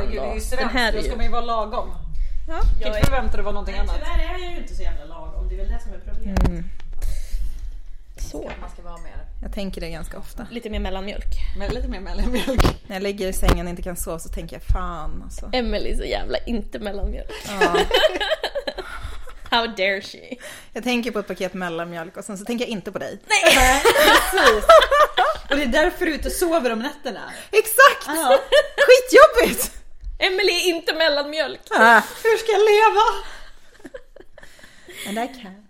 herregud, det är ju svenskt. här Då ska man ju vara lagom. Ja. Jag inte förväntar det vara någonting annat. Tyvärr är jag ju inte så jävla lagom. Det är väl det som är problemet. Så. Man ska vara mer. Jag tänker det ganska ofta. Lite mer mellanmjölk. Men lite mer mellanmjölk. När jag ligger i sängen och inte kan sova så tänker jag fan alltså. Emily är så jävla inte mellanmjölk. Ja. How dare she? Jag tänker på ett paket mellanmjölk och sen så tänker jag inte på dig. Nej, precis. Och det är därför du inte sover om nätterna. Exakt! Ja. Skitjobbigt! Emily är inte mellanmjölk. Hur ska jag leva? And I can't.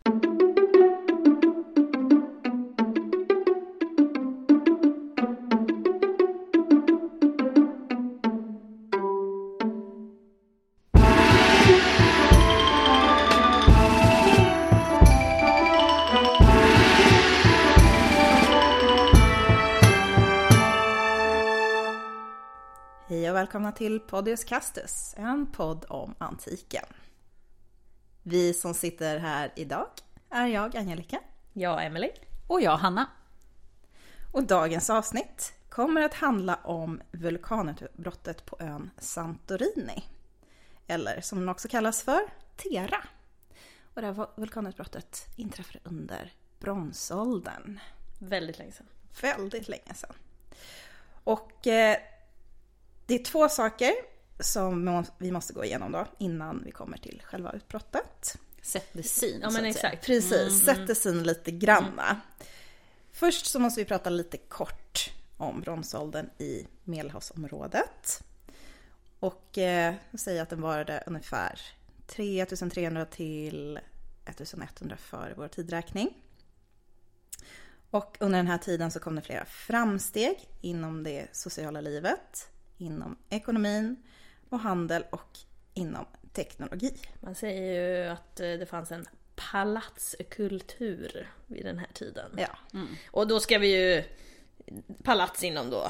Hej och välkomna till Podius Castus, en podd om antiken. Vi som sitter här idag är jag, Angelica. Ja, Emily. Och jag, Hanna. Och dagens avsnitt kommer att handla om vulkanutbrottet på ön Santorini. Eller som den också kallas för, Thera. Och det här vulkanutbrottet inträffade under bronsåldern. Väldigt länge sedan. Väldigt länge sedan. Och det är två saker som vi måste gå igenom då innan vi kommer till själva utbrottet. Set the scene. Ja, men exakt. Precis, sätter sin lite granna. Först så måste vi prata lite kort om bronsåldern i Medelhavsområdet. Och säga att den varade ungefär 3300 till 1100 före vår tidräkning. Och under den här tiden så kom det flera framsteg inom det sociala livet, inom ekonomin och handel och inom teknologi. Man säger ju att det fanns en palatskultur vid den här tiden. Ja. Och då ska vi ju palats inom då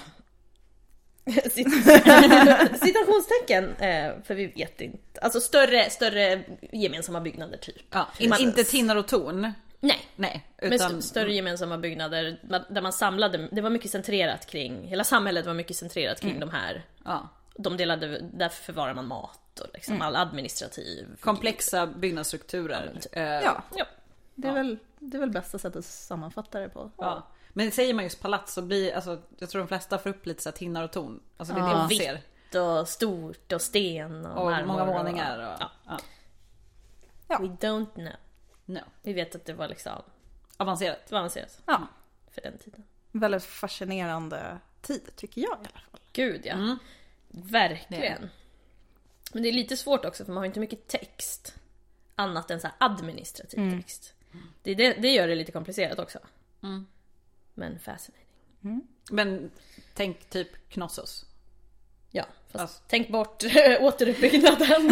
citationstecken, för vi vet inte. Alltså större gemensamma byggnader typ. Ja, inte tinnar och torn. Nej, utan men större gemensamma byggnader där man samlade, det var mycket centrerat kring, hela samhället var mycket centrerat kring de här. Ja. De delade, därför förvarar man mat och liksom all administrativ Komplexa byggnadsstrukturer. Ja. Det är väl bästa sättet att sammanfatta det på. Ja. Men säger man just palats så blir, alltså, jag tror de flesta får upp lite så här tinnar och torn. Alltså det är det man ser. Vitt och stort och sten och marmor många våningar. Ja. Ja. We don't know. No. Vi vet att det var liksom Avancerat. det var avancerat Ja. för den tiden. Väldigt fascinerande tid tycker jag i alla fall. Gud ja. Verkligen. Men det är lite svårt också för man har inte mycket text annat än så här administrativ text. Det gör det lite komplicerat också. Men fascinating. Men tänk typ Knossos. Ja, fast Alltså. tänk bort återuppbyggnaden.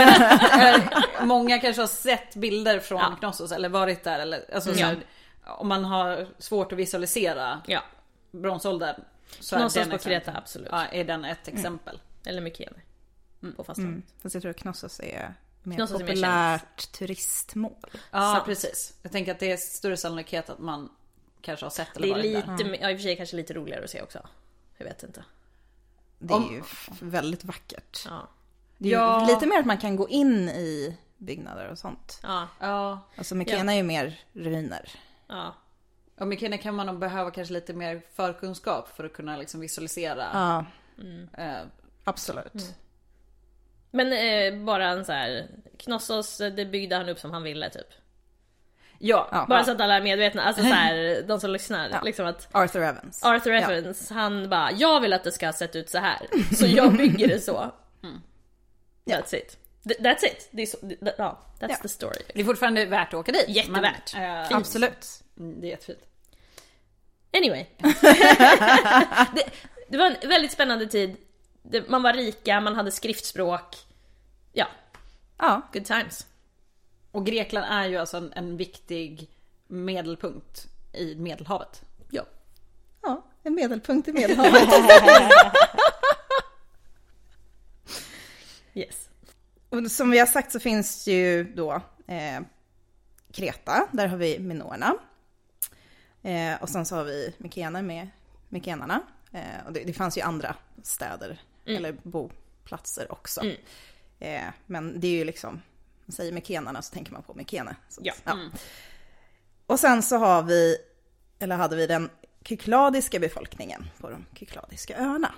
Många kanske har sett bilder från Knossos eller varit där eller, alltså, så här, om man har svårt att visualisera bronsåldern så Knossos är den på Kreta, absolut. Ja, är den ett exempel. Eller Mykene på fastlandet. Fast jag tror att Knossos är mer Knossos är mer populärt turistmål. Ja, Sant. precis. Jag tänker att det är större sannolikhet att man kanske har sett eller Det är varit där. lite, i och för sig kanske lite roligare att se också. Jag vet inte. Det är ju väldigt vackert. Ja. Det är ju lite mer att man kan gå in i byggnader och sånt. Ja. Ja. Alltså Mykene är ju mer ruiner. Ja. Och Mykene kan man nog behöva kanske lite mer förkunskap för att kunna liksom visualisera. Ja, Absolut. Men bara en så här Knossos, det byggde han upp som han ville typ. Ja. Bara så att alla är medvetna, alltså så här, de som lyssnar liksom att Arthur Evans. Arthur Evans, han bara, jag vill att det ska ha sett ut så här. Så jag bygger det så. That's it. That's it. Det är så, that's the story. Det är fortfarande värt att åka dit. Jättevärt. Men, Fint. Absolut. det är jättefint. Anyway. det var en väldigt spännande tid. Man var rika, man hade skriftspråk. Ja, good times. Och Grekland är ju alltså en viktig medelpunkt i Medelhavet. Ja. Ja, en medelpunkt i Medelhavet. Yes. Och som vi har sagt så finns ju då Kreta, där har vi Minorna. Och sen så har vi Mykene med mykenarna. Och det fanns ju andra städer eller platser också. Men det är ju liksom, man säger Mykenarna så tänker man på Mykene. Ja. Och sen så hade vi den kykladiska befolkningen på de kykladiska öarna.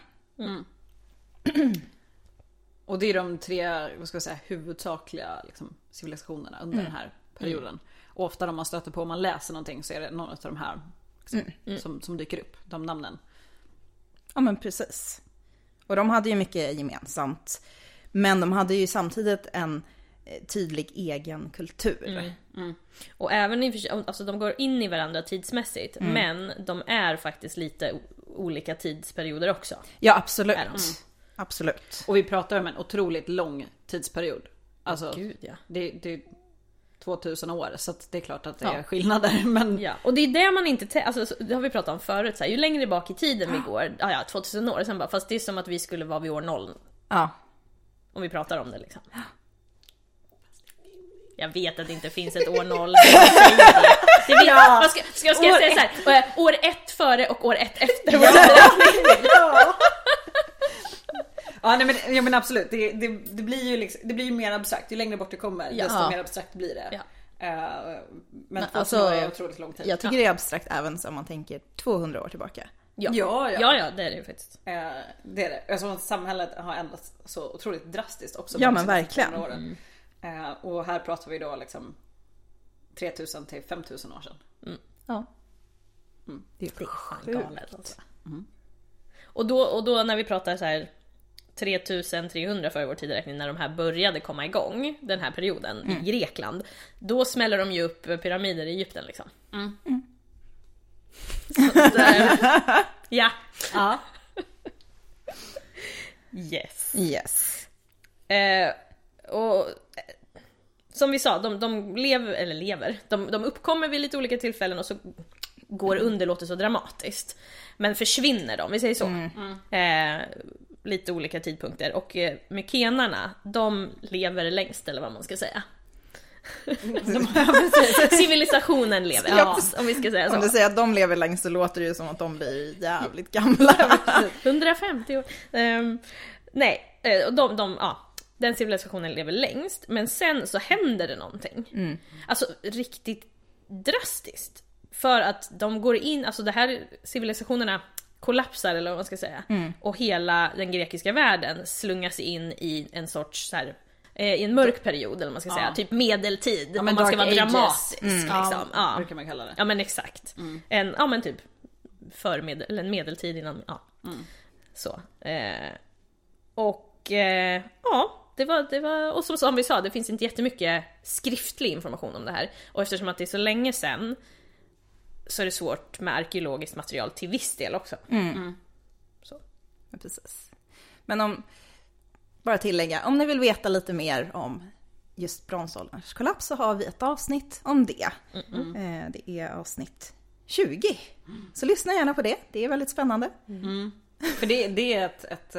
Och det är de 3, vad ska jag säga, huvudsakliga liksom, civilisationerna under den här perioden. Och ofta om man stöter på, om man läser någonting, så är det någon av de här som dyker upp, de namnen. Ja, men precis. Och de hade ju mycket gemensamt. Men de hade ju samtidigt en tydlig egen kultur. Och även alltså de går in i varandra tidsmässigt, men de är faktiskt lite olika tidsperioder också. Ja, absolut. Absolut. Och vi pratar om en otroligt lång tidsperiod. Alltså, Gud, ja. Det är 2000 år, så att det är klart att det är skillnader. Men... Ja, och det är det man inte... Alltså, det har vi pratat om förut. Så här, ju längre bak i tiden vi går, 2000 år, sen bara, fast det är som att vi skulle vara vid år 0. Ja. Om vi pratar om det liksom. Jag vet att det inte finns ett år 0. Ska jag säga så här? År 1 före och år 1 efter. Ja, nej, men absolut. Det blir ju liksom, det blir ju mer abstrakt. Ju längre bort det kommer, desto mer abstrakt blir det. Men 2000 år är otroligt lång tid. Jag tycker det är abstrakt även om man tänker 200 år tillbaka. Ja, det är det ju faktiskt. Det är det. Alltså, samhället har ändrats så otroligt drastiskt också. Ja, men verkligen. Och här pratar vi då liksom 3000 till 5000 år sedan. Ja. Det är fan galet alltså. Och då när vi pratar så här 3300 före vår tideräkning, när de här började komma igång, den här perioden i Grekland, då smäller de ju upp pyramider i Egypten liksom. Ja. Yes. Och som vi sa, de uppkommer vid lite olika tillfällen och så går underlåtet så dramatiskt. Men försvinner de, vi säger så. Lite olika tidpunkter. Och mykenarna, de lever längst, eller vad man ska säga. Civilisationen lever, om vi ska säga så. Om du säger att de lever längst så låter det ju som att de blir jävligt gamla. 150 år. Nej, den civilisationen lever längst. Men sen så händer det någonting. Alltså riktigt drastiskt. För att de går in, alltså det här civilisationerna kollapsar, eller vad man ska säga. Och hela den grekiska världen slungas in i en sorts så här, i en mörk period, eller man ska säga, typ medeltid, om man ska vara dramatisk liksom. Det kan man kalla det. Ja, men exakt. Men typ eller en medeltid innan så. Det var, och som vi sa, det finns inte jättemycket skriftlig information om det här. Och eftersom att det är så länge sedan, så är det svårt med arkeologiskt material till viss del också. Så. Ja, precis. Men bara tillägga, om ni vill veta lite mer om just bronsålderns kollaps, så har vi ett avsnitt om det. Det är avsnitt 20. Så lyssna gärna på det, det är väldigt spännande. För det är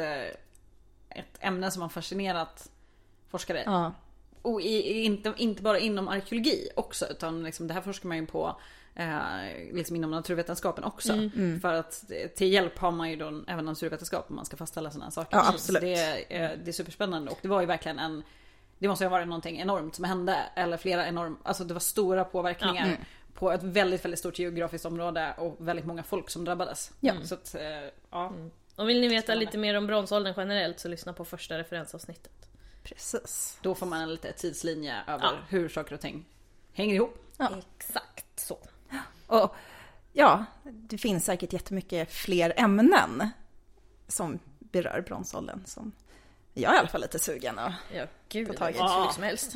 ett ämne som har fascinerat forskare. Ja. Och inte bara inom arkeologi också, utan liksom, det här forskar man ju på liksom inom naturvetenskapen också. För att till hjälp har man ju då även naturvetenskap om man ska fastställa sådana saker. Ja, absolut. Det är superspännande, och det var ju verkligen det måste ju ha varit någonting enormt som hände, eller flera alltså det var stora påverkningar på ett väldigt, väldigt stort geografiskt område och väldigt många folk som drabbades. Så att, Och vill ni veta lite mer om bronsåldern generellt, så lyssna på första referensavsnittet. Precis. Då får man en lite tidslinje över hur saker och ting hänger ihop. Ja. Exakt så. Och det finns säkert jättemycket fler ämnen som berör bronsåldern, som jag är i alla fall lite sugen att få tag i. Hur som helst.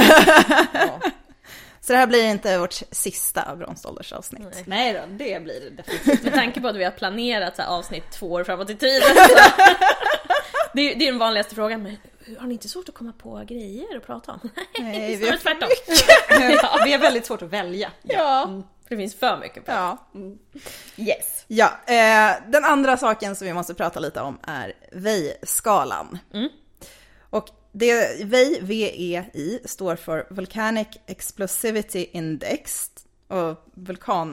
Så det här blir inte vårt sista bronsåldersavsnitt. Nej då, det blir det definitivt. Med tanke på att vi har planerat så här avsnitt 2 år framåt i tiden. Det är den vanligaste frågan. Men har ni inte svårt att komma på grejer att prata om? Nej, vi är tvärtom. Vi är väldigt svårt att välja. Det finns för mycket på. Yes. Ja, den andra saken som vi måste prata lite om är VEI-skalan. Och det VEI står för Volcanic Explosivity Index och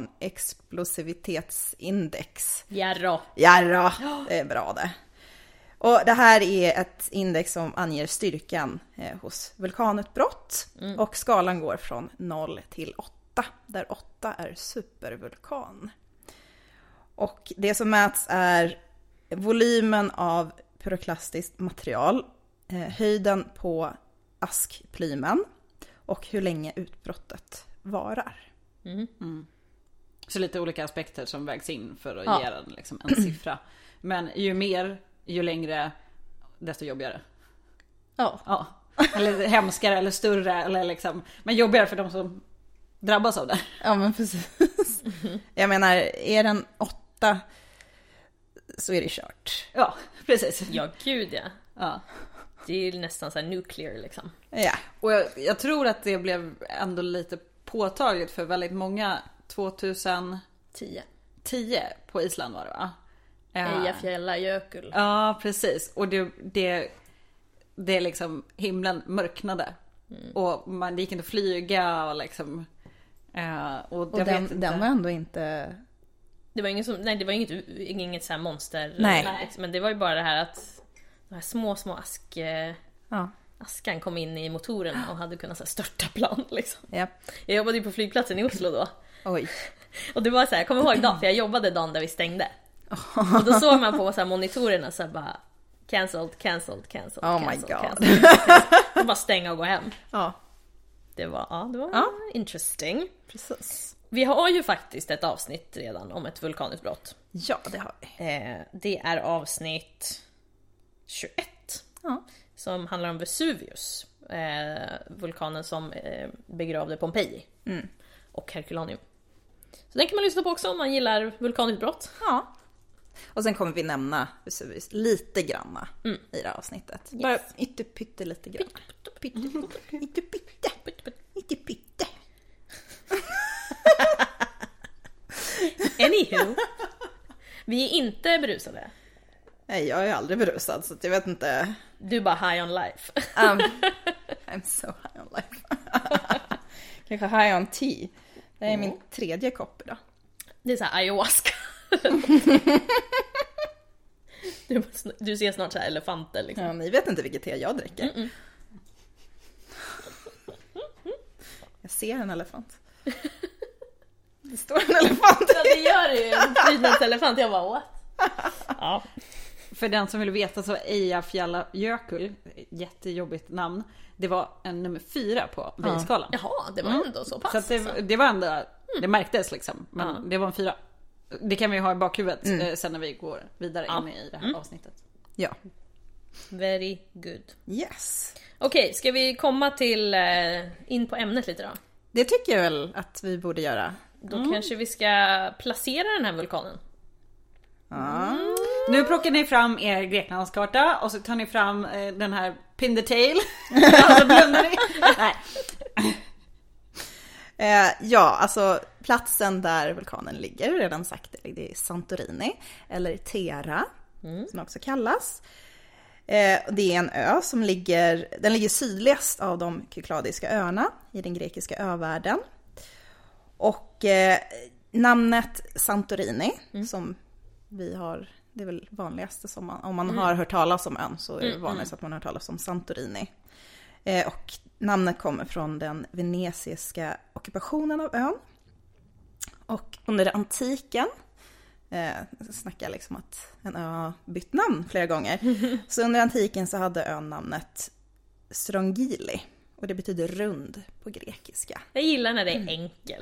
vulkanexplosivitetsindex. Jarrå, det är bra det. Och det här är ett index som anger styrkan hos vulkanutbrott. Och skalan går från 0 till 8, där 8 är supervulkan. Och det som mäts är volymen av pyroklastiskt material, höjden på askplymen och hur länge utbrottet varar. Så lite olika aspekter som vägs in för att ge den liksom en siffra. Men ju mer, ju längre, desto jobbigare. Ja. Eller hemskare eller större eller liksom, men jobbigare för de som drabbas av det. Ja, men precis. Jag menar, är den 8 så är det kört. Ja, precis. Ja, gud ja. Ja. Det är ju nästan så här nuclear liksom. Ja. Och jag tror att det blev ändå lite påtagligt för väldigt många 2010 på Island var det, va? Eyjafjallajökull. Ja, precis. Och det liksom, himlen mörknade. Och det gick inte att flyga och liksom... Och den var ändå inte... Det var inget så här monster. Nej. Liksom, men det var ju bara det här att de här små askan kom in i motorerna och hade kunnat så här störta plan liksom. Ja. Jag jobbade ju på flygplatsen i Oslo då. Oj. Och det var så här, jag kommer ihåg dagen, för jag jobbade dagen där vi stängde. Och då såg man på så här monitorerna så här bara cancelled. Oh my god. Och bara stänga och gå hem. Ja. Det var interesting. Precis. Vi har ju faktiskt ett avsnitt redan om ett vulkanutbrott. Ja, det har vi. Det är avsnitt 21. Ja. Som handlar om Vesuvius. Vulkanen som begravde Pompeji. Och Herculaneum. Så den kan man lyssna på också om man gillar vulkanutbrott. Ja. Och sen kommer vi nämna Vesuvius lite granna i det här avsnittet. Yes. Bara pytte lite grann. Pytte. Anywho. Vi är inte berusade. Nej, jag är aldrig berusad så jag vet inte. Du är bara high on life. I'm so high on life. Kanske high on tea. Det är min 3:e kopp idag. Det är så här ayahuasca. Du ser snart så här elefanter liksom. Ja, ni vet inte vilket te jag dricker. Jag ser en elefant. Det står en elefant. Ja, det gör det ju. En prydnadselefant. Jag bara, what? Ja. För den som vill veta så Eyjafjallajökull, jättejobbigt namn, det var en nummer 4 på V-skalan. Jaha, det var ändå så pass. Så att det var ändå, det märktes liksom, men det var en 4. Det kan vi ha i bakhuvudet sen när vi går vidare in i det här avsnittet. Ja. Very good. Yes. Okej, ska vi komma till in på ämnet lite då? Det tycker jag väl att vi borde göra. Då kanske vi ska placera den här vulkanen. Nu plockar ni fram er Greklandskarta och så tar ni fram den här pin the tail. Och så blundar ni. Nej. Ja, alltså platsen där vulkanen ligger, redan sagt, det är Santorini eller Thera som också kallas. Det är en ö som ligger sydligast av de Kykladiska öarna i den grekiska övärlden. Och namnet Santorini som vi har, det är väl vanligaste som om man har hört talas om ön så är det vanligast att man har hört talas om Santorini. Och namnet kommer från den venesiska ockupationen av ön. Och under antiken snackar liksom att en ö har bytt namn flera gånger. Så under antiken så hade ön namnet Strongili. Och det betyder rund på grekiska. Jag gillar när det är enkelt.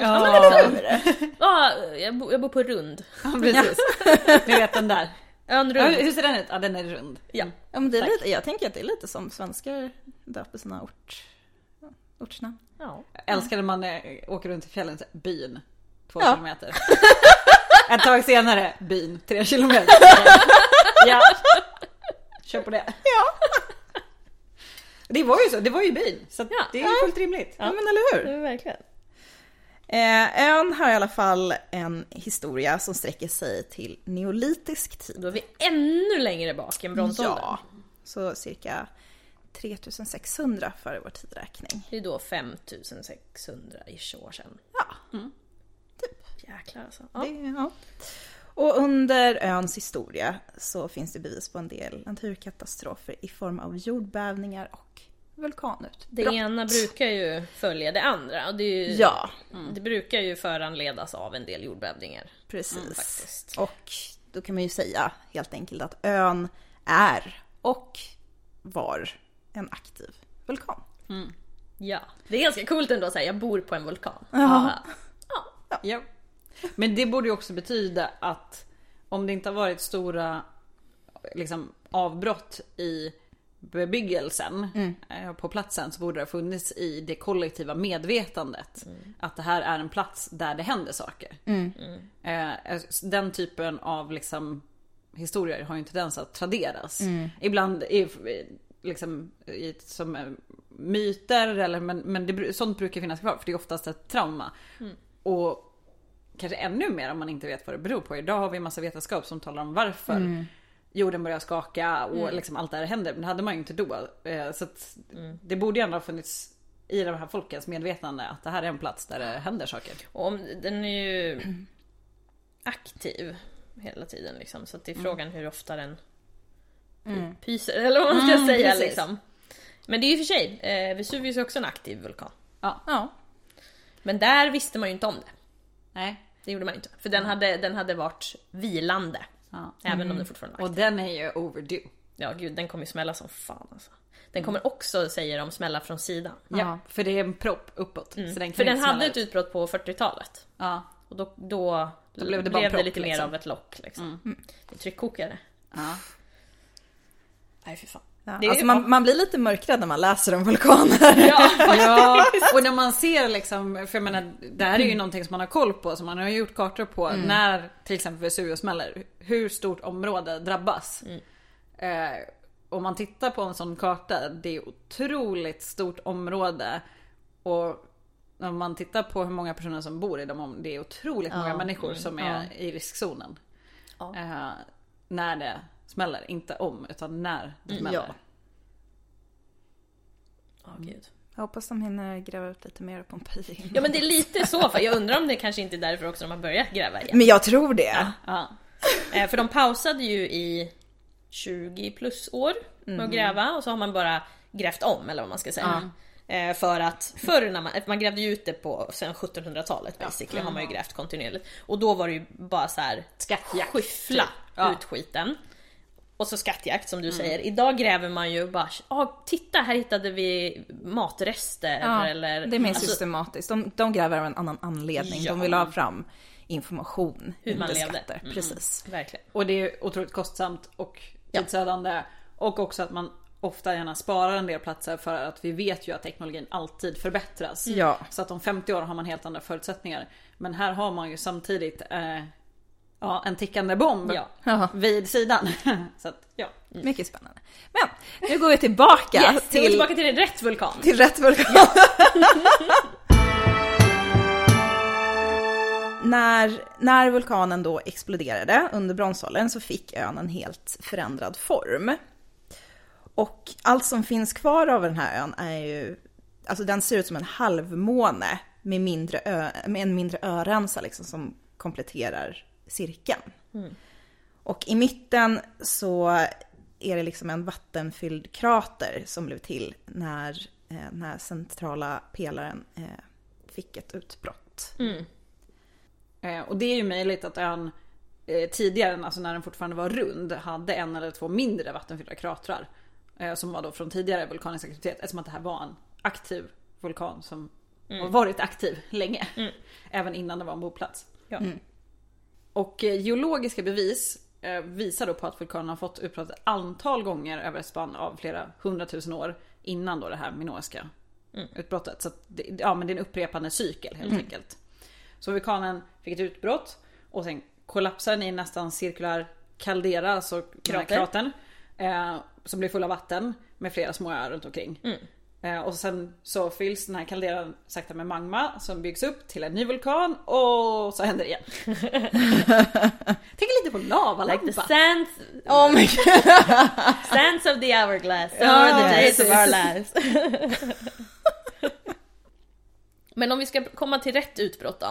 Jag bor på rund. Ja, precis. Ni vet den där. Ön rund. Ja, hur ser den ut? Ja, den är rund. Ja. Ja, men det är lite, jag tänker att det är lite som svenskar döper sina ortsnamn. Ja. Jag älskar när man åker runt i fjällen, så byn 2 kilometer. Ett tag senare, byn 3 kilometer. Ja. Kör på det. Ja. Det var ju så, det var ju byn. Så det är ju fullt rimligt. Ja, men eller hur? Det är verkligen. Ön har i alla fall en historia som sträcker sig till neolitisk tid. Då är vi ännu längre bak än bronsåldern. Ja, så cirka 3600 före vår tidräkning. Det är då 5600 år sedan. Ja, Jäklar alltså. Ja. ja. Och under öns historia så finns det bevis på en del naturkatastrofer i form av jordbävningar och vulkanutbrott. Det ena brukar ju följa det andra. Och det, är ju, det brukar ju föranledas av en del jordbävningar. Precis. Faktiskt. Och då kan man ju säga helt enkelt att ön är och var en aktiv vulkan. Ja, det är ganska coolt ändå att säga jag bor på en vulkan. Ja. Men det borde ju också betyda att om det inte har varit stora liksom, avbrott i bebyggelsen på platsen, så borde det ha funnits i det kollektiva medvetandet att det här är en plats där det händer saker. Den typen av liksom, historier har ju en tendens att traderas. Ibland är liksom som myter eller, men sånt brukar finnas kvar, för det är oftast ett trauma. Och kanske ännu mer om man inte vet vad det beror på. Idag har vi en massa vetenskap som talar om varför jorden börjar skaka och liksom allt det här händer. Men det hade man ju inte då. Så att det borde ju ändå ha funnits i de här folkens medvetande att det här är en plats där det händer saker. Och om, den är ju aktiv hela tiden liksom, så att det är frågan hur ofta den pyser, eller vad man ska säga liksom. Men det är ju för sig Vesuvius är också en aktiv vulkan. Ja. Men där visste man ju inte om det. Nej, det gjorde man inte. För den hade varit vilande. Även om det fortfarande var aktiv. Och den är ju overdue. Ja gud, den kommer ju smälla som fan alltså. Den kommer också, säger de, smälla från sidan. Ja, för det är en propp uppåt. Så den kan för den inte hade smälla ett utbrott på 40-talet. Ja. Och då blev det, bara propp, lite mer liksom. av ett lock liksom. Det är tryckkokare. Ja. Nej fy fan. Ja, Det är alltså ju- man blir lite mörkrädd när man läser om vulkaner. Ja, och när man ser liksom, för jag menar, det här är ju någonting som man har koll på, som man har gjort kartor på när till exempel Vesuvius smäller, hur stort område drabbas. Om man tittar på en sån karta, det är otroligt stort område, och när man tittar på hur många personer som bor i dem, det är otroligt många människor som är i riskzonen. När det smäller, inte om, utan när det smäller. Gud. Jag hoppas de hinner gräva ut lite mer på Pompeji. Ja men det är lite så, för jag undrar om det kanske inte är därför också de har börjat gräva igen. Men jag tror det. Ja. För de pausade ju i 20 plus år med att gräva, och så har man bara grävt om, eller vad man ska säga. För att förr när man grävde ut det på sen 1700-talet basically, har man ju grävt kontinuerligt. Och då var det ju bara så här skyffla ut skiten. Och så skattjakt som du säger. Idag gräver man ju bara, titta här hittade vi matrester. Eller, det är mer systematiskt. De gräver av en annan anledning. De vill ha fram information. Hur man inte levde. skatter. Precis. Verkligen. Och det är otroligt kostsamt och tidsödande. Och också att man ofta gärna sparar en del platser, för att vi vet ju att teknologin alltid förbättras. Ja. Så att om 50 år har man helt andra förutsättningar. Men här har man ju samtidigt en tickande bomb vid sidan. Så att, Mycket spännande. Men nu går vi tillbaka tillbaka till rätt vulkan. till rätt vulkan. När vulkanen då exploderade under bronsåldern så fick ön en helt förändrad form. Och allt som finns kvar av den här ön är ju, alltså den ser ut som en halvmåne med en mindre öremsa liksom, som kompletterar cirkeln. Och i mitten så är det liksom en vattenfylld krater som blev till när den här centrala pelaren fick ett utbrott. och det är ju möjligt att ön tidigare, alltså när den fortfarande var rund, hade en eller två mindre vattenfyllda kratrar. Som var då från tidigare vulkanisk aktivitet, eftersom att det här var en aktiv vulkan som har varit aktiv länge. Även innan det var en boplats. Och geologiska bevis visar då på att vulkanen har fått utbrott ett antal gånger över ett spann av flera 100 000 år innan då det här minoiska utbrottet. Så att men det är en upprepande cykel helt enkelt. Så vulkanen fick ett utbrott och sen kollapsade den i en nästan cirkulär kaldera, alltså kratern, som blir full av vatten med flera små öar runt omkring. Och sen så fylls den här kalderan sakta med magma som byggs upp till en ny vulkan, och så händer det igen. Tänk lite på lavalampa. Like the sands, Oh my God. sands of the hourglass, Ja, or the days of precis. our lives. Men om vi ska komma till rätt utbrott då.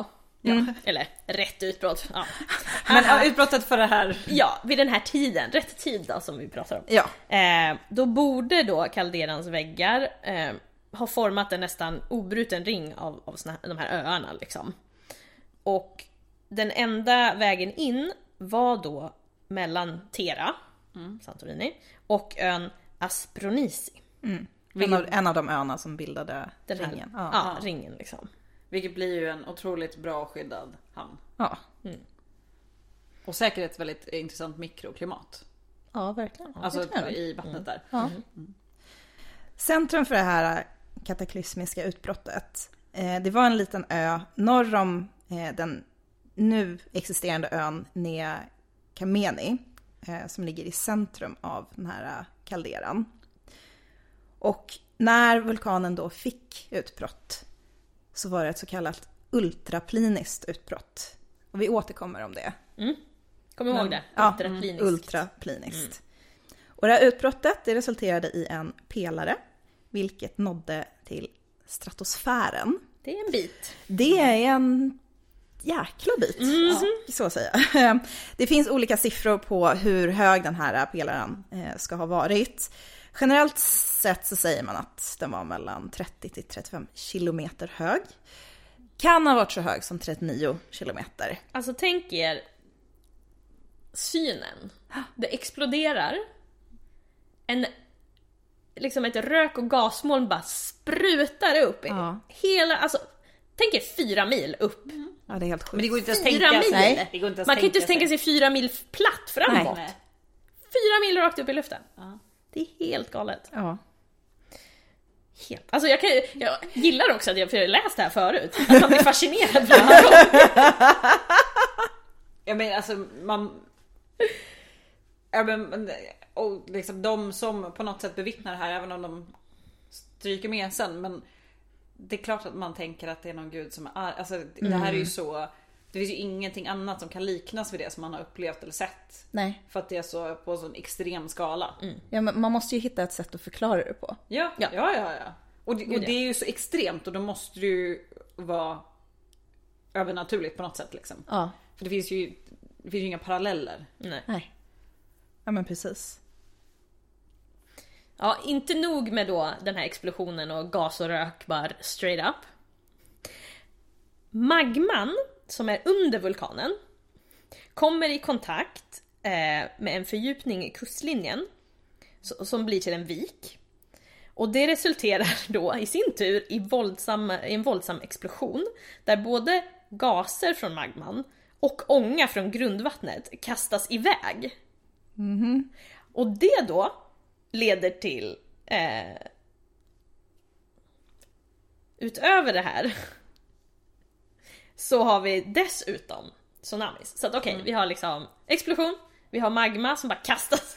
Eller rätt utbrott. Ja. Men utbrottet för det här. Ja, vid den här tiden, rätt tid då, som vi pratar om. Ja. Då borde då kalderans väggar ha format en nästan obruten ring av de här öarna liksom. Och den enda vägen in var då mellan Thera, Santorini, och ön Aspronisi. En av de öarna som bildade Den här, ringen. Ja, ringen liksom. Vilket blir ju en otroligt bra skyddad hamn. Ja. Och säkert ett väldigt intressant mikroklimat. Ja, verkligen. Alltså i vattnet där. Ja. Centrum för det här kataklysmiska utbrottet, det var en liten ö norr om den nu existerande ön Nea Kameni, som ligger i centrum av den här kalderan. Och när vulkanen då fick utbrott så var det ett så kallat ultrapliniskt utbrott. Och vi återkommer om det. Kom ihåg det. Ja, ultrapliniskt. Och det här utbrottet, det resulterade i en pelare, vilket nådde till stratosfären. Det är en bit. Det är en jäkla bit, så att säga. Det finns olika siffror på hur hög den här pelaren ska ha varit. Generellt sett så säger man att den var mellan 30 till 35 kilometer hög. Kan ha varit så hög som 39 kilometer. Alltså tänk er synen. Det exploderar. Liksom ett rök- och gasmoln bara sprutar upp. Hela, alltså tänk er 4 mil upp. Ja, det är helt sjukt. Men det går inte att 4 tänka mil. sig. Det går inte att Man kan inte ens tänka sig 4 mil platt framåt. Nej. 4 mil rakt upp i luften. Det är helt galet. Ja. Helt. Alltså jag gillar också att jag läst det här förut. Att man blir fascinerad. Ja men alltså och liksom de som på något sätt bevittnar det här, även om de stryker med sen, men det är klart att man tänker att det är någon gud som är alltså det här är ju så, det finns ju ingenting annat som kan liknas vid det som man har upplevt eller sett. Nej. För att det är så på en sån extrem skala. Ja, men man måste ju hitta ett sätt att förklara det på. Ja. Och det är ju så extremt, och då måste det ju vara övernaturligt på något sätt liksom. Ja. För det finns ju inga paralleller. Nej. Ja, men precis. Ja, inte nog med då den här explosionen och gas och rök bara straight up. Magman som är under vulkanen kommer i kontakt med en fördjupning i kustlinjen som blir till en vik. Och det resulterar då i sin tur i en våldsam explosion där både gaser från magman och ånga från grundvattnet kastas iväg. Och det då leder till utöver det här så har vi dessutom tsunamis. Så att okej, vi har liksom explosion, vi har magma som bara kastas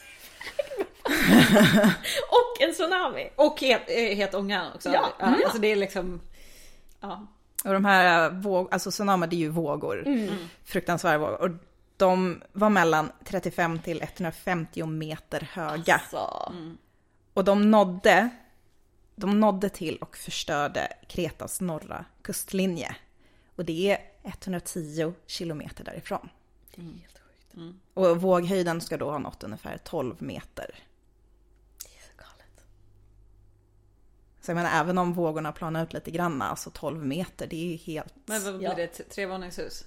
och en tsunami. Och het ånga också. Ja. Alltså det är liksom Och de här alltså tsunami, det är ju vågor. Fruktansvärda vågor. Och de var mellan 35 till 150 meter höga. Alltså. Och de nådde till och förstörde Kretas norra kustlinje. Och det är 110 kilometer därifrån. Det är helt sjukt. Och våghöjden ska då ha nått ungefär 12 meter. Det är så galet. Så jag menar, även om vågorna planar ut lite grann, alltså 12 meter, det är ju helt... Men vad blir det? 3-våningshus?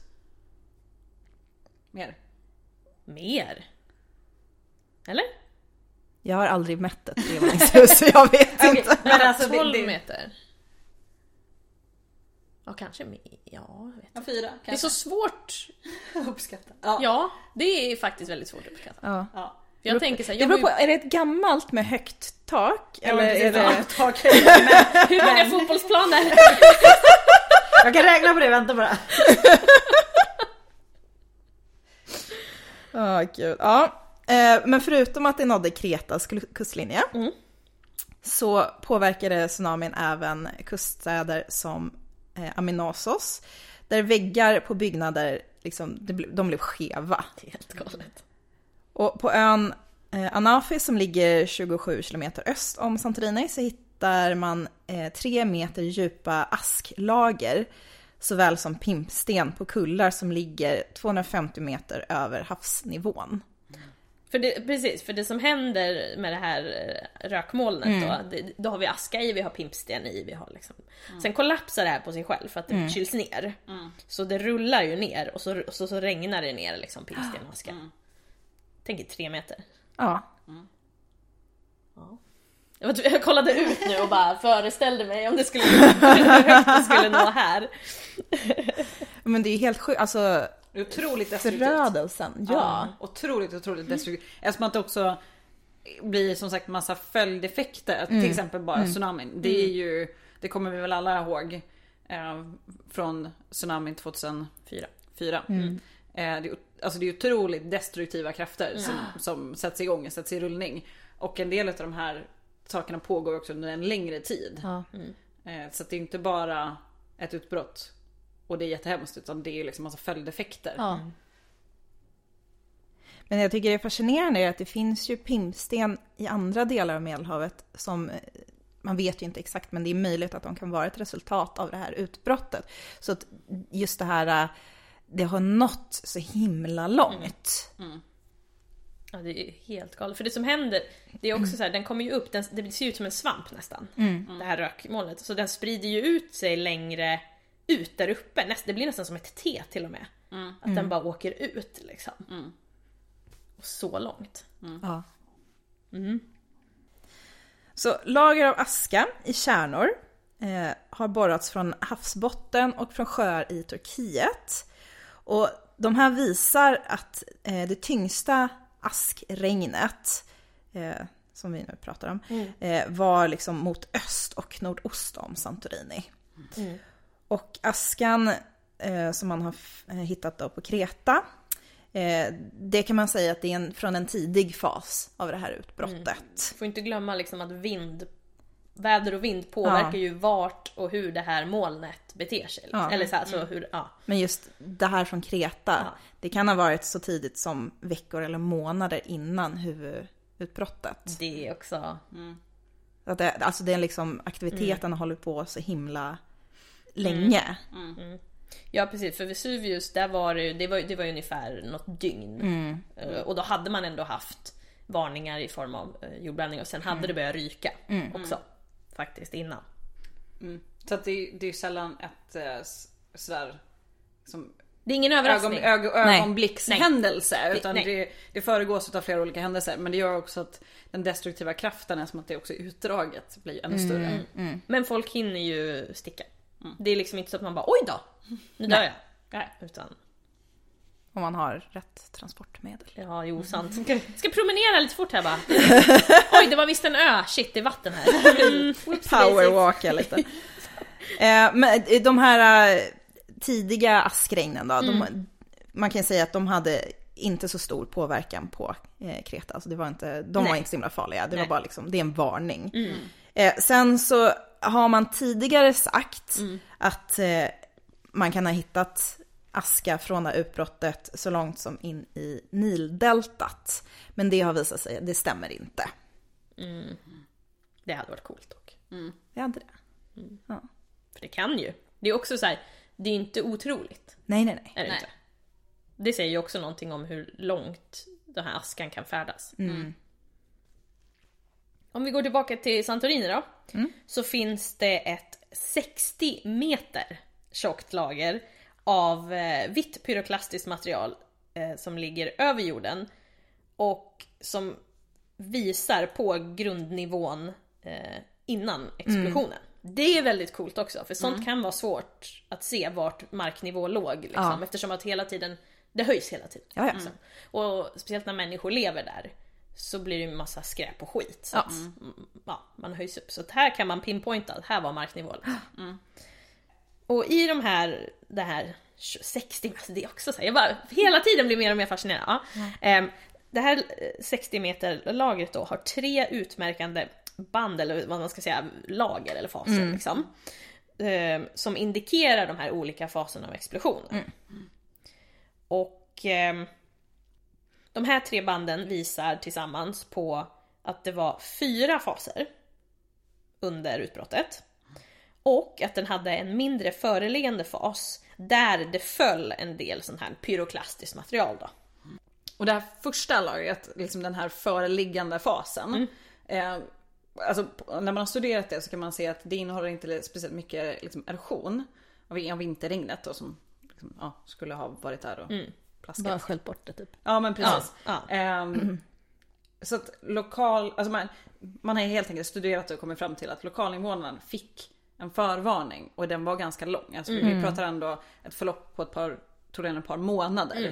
Mer? Eller? Jag har aldrig mätt ett 3-våningshus, så jag vet inte. Men alltså 12 meter. Ja, kanske mer. Ja, jag vet inte. 4 Det är så svårt att uppskatta. Ja, det är faktiskt väldigt svårt att uppskatta. Ja. För jag tänker så här, Det beror på, är det ett gammalt med högt tak? Eller är det... hur många fotbollsplaner? Jag kan räkna på det, vänta bara. Gud. Ja. Men förutom att det nådde Kretas kustlinje så påverkade tsunamin även kuststäder som Aminosos, där väggar på byggnader liksom, de blev skeva. Det är helt galet. Och på ön Anafi som ligger 27 kilometer öst om Santorini så hittar man 3 meter djupa asklager såväl som pimpsten på kullar som ligger 250 meter över havsnivån. För det som händer med det här rökmolnet då har vi aska i, vi har pimpsten i, vi har liksom. Sen kollapsar det här på sig själv för att det kyls ner. Så det rullar ju ner och så regnar det ner liksom pimpsten och aska. Tänk 3 meter. Ja. Ja. Jag kollade ut nu och bara föreställde mig om det skulle hur högt det skulle nå här. Men det är ju helt sjukt, alltså otroligt destruktivt. förödelsen, ja. Otroligt destruktivt. Eftersom att det också blir som sagt massa följdeffekter. Till exempel bara tsunamin. Det är ju, det kommer vi väl alla ihåg från tsunamin 2004. Det är otroligt destruktiva krafter som sätts igång, sätts i rullning. Och en del av de här sakerna pågår också under en längre tid. Så att det är inte bara ett utbrott och det är jättehemskt, utan det är liksom massa följdeffekter. Men jag tycker det är fascinerande att det finns ju pimpsten i andra delar av Medelhavet som man vet ju inte exakt, men det är möjligt att de kan vara ett resultat av det här utbrottet. Så att just det här, det har nått så himla långt. Ja, det är helt galet. För det som händer, det är också så här, den kommer ju upp, det ser ut som en svamp nästan. Det här rökmolnet. Så den sprider ju ut sig längre ut där uppe. Det blir nästan som ett T till och med. Att den bara åker ut liksom. Och så långt. Ja. Så lager av aska i kärnor har borrats från havsbotten och från sjöar i Turkiet. Och de här visar att det tyngsta askregnet som vi nu pratar om var liksom mot öst och nordost om Santorini. Och askan som man har hittat då på Kreta, det kan man säga att det är från en tidig fas av det här utbrottet. Får inte glömma liksom att väder och vind påverkar ju vart och hur det här molnet beter sig. Eller så här, så hur, Men just det här från Kreta, det kan ha varit så tidigt som veckor eller månader innan huvudutbrottet. Det är också... Att det är liksom, aktiviteten har hållit på så himla länge. Ja, precis. För Vesuvius, där var det var ungefär något dygn. Och då hade man ändå haft varningar i form av jordbävning. Och sen hade det börjat ryka också. Faktiskt innan. Så att det är sällan ett sådär som det är ingen överraskning. Ögonblickshändelse, utan det föregås av flera olika händelser. Men det gör också att den destruktiva kraften, som att det också är utdraget, blir ännu större. Men folk hinner ju sticka. Det är liksom inte så att man bara, oj då, nu dör jag. Nej. Utan... Om man har rätt transportmedel. Ja, jo, sant. Ska promenera lite fort här bara. Oj, det var visst en ö. Shit, det är vatten här. Powerwalka lite. Men de här tidiga askregnen då, man kan säga att de hade inte så stor påverkan på Kreta. Alltså det var inte, de var inte så himla farliga. Det var bara liksom, det är en varning. Sen så har man tidigare sagt att man kan ha hittat aska från det här utbrottet så långt som in i Nildeltat. Men det har visat sig, det stämmer inte. Det hade varit coolt dock. Det hade det. Ja. För det kan ju. Det är också så här, det är inte otroligt. Nej. Är det inte? Det säger ju också någonting om hur långt den här askan kan färdas. Om vi går tillbaka till Santorini då, så finns det ett 60 meter tjockt lager av vitt pyroklastiskt material som ligger över jorden och som visar på grundnivån innan explosionen. Det är väldigt coolt också, för sånt kan vara svårt att se vart marknivå låg liksom, eftersom att hela tiden, det höjs hela tiden. Liksom. Och speciellt när människor lever där så blir det ju en massa skräp och skit. Så att, man höjs upp. Så att här kan man pinpointa att här var marknivå. Liksom. Och i det här 60, alltså det är också så här, jag bara hela tiden blir mer och mer fascinerad. Det här 60 meter lagret då har 3 utmärkande band, eller vad man ska säga, lager eller faser liksom, som indikerar de här olika faserna av explosionen. Och de här 3 banden visar tillsammans på att det var 4 faser under utbrottet. Och att den hade en mindre föreliggande fas där det föll en del sån här pyroklastiskt material då. Och det här första lagret, liksom den här föreliggande fasen, alltså när man har studerat det så kan man se att det innehåller inte speciellt mycket liksom erosion av vinterregnet då, som liksom, skulle ha varit där och plaskat. Bara sköljt bort det typ. Ja, men precis. Ja. Så att alltså man har helt enkelt studerat det och kommit fram till att lokalinvånarna fick en förvarning och den var ganska lång. Alltså vi pratar ändå ett förlopp på troligen ett par månader.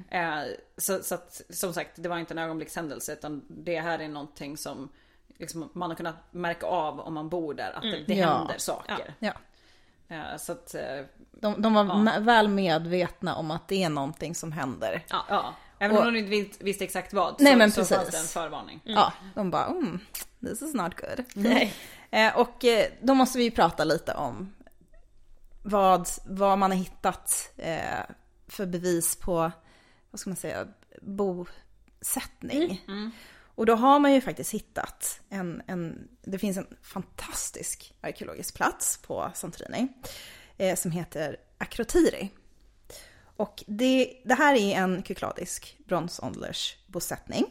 Så att, som sagt, det var inte en ögonblickshändelse, utan det här är någonting som liksom, man har kunnat märka av om man bor där, att det händer saker. Ja. Så att, de var väl medvetna om att det är någonting som händer. Ja. Även om de inte visste exakt vad, men så precis. fanns det en förvarning. Ja, de bara, this is not good. Nej. Och då måste vi prata lite om vad man har hittat för bevis på, vad ska man säga, bosättning. Och då har man ju faktiskt hittat det finns en fantastisk arkeologisk plats på Santorini som heter Akrotiri. Och det här är en kykladisk bronsåldersbosättning.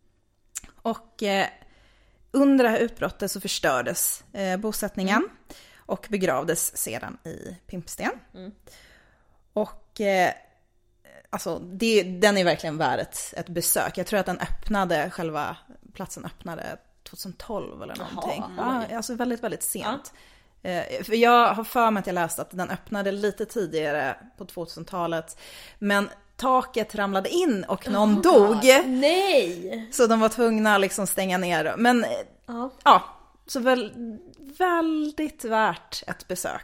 Och under det här utbrottet så förstördes bosättningen och begravdes sedan i pimpsten. Och alltså den är verkligen värd ett besök. Jag tror att själva platsen öppnade 2012 eller någonting. Alltså väldigt, väldigt sent. För jag har för mig att jag läste att den öppnade lite tidigare på 2000-talet. Men taket ramlade in och någon dog. Nej! Så de var tvungna att liksom stänga ner. Men så väldigt värt ett besök.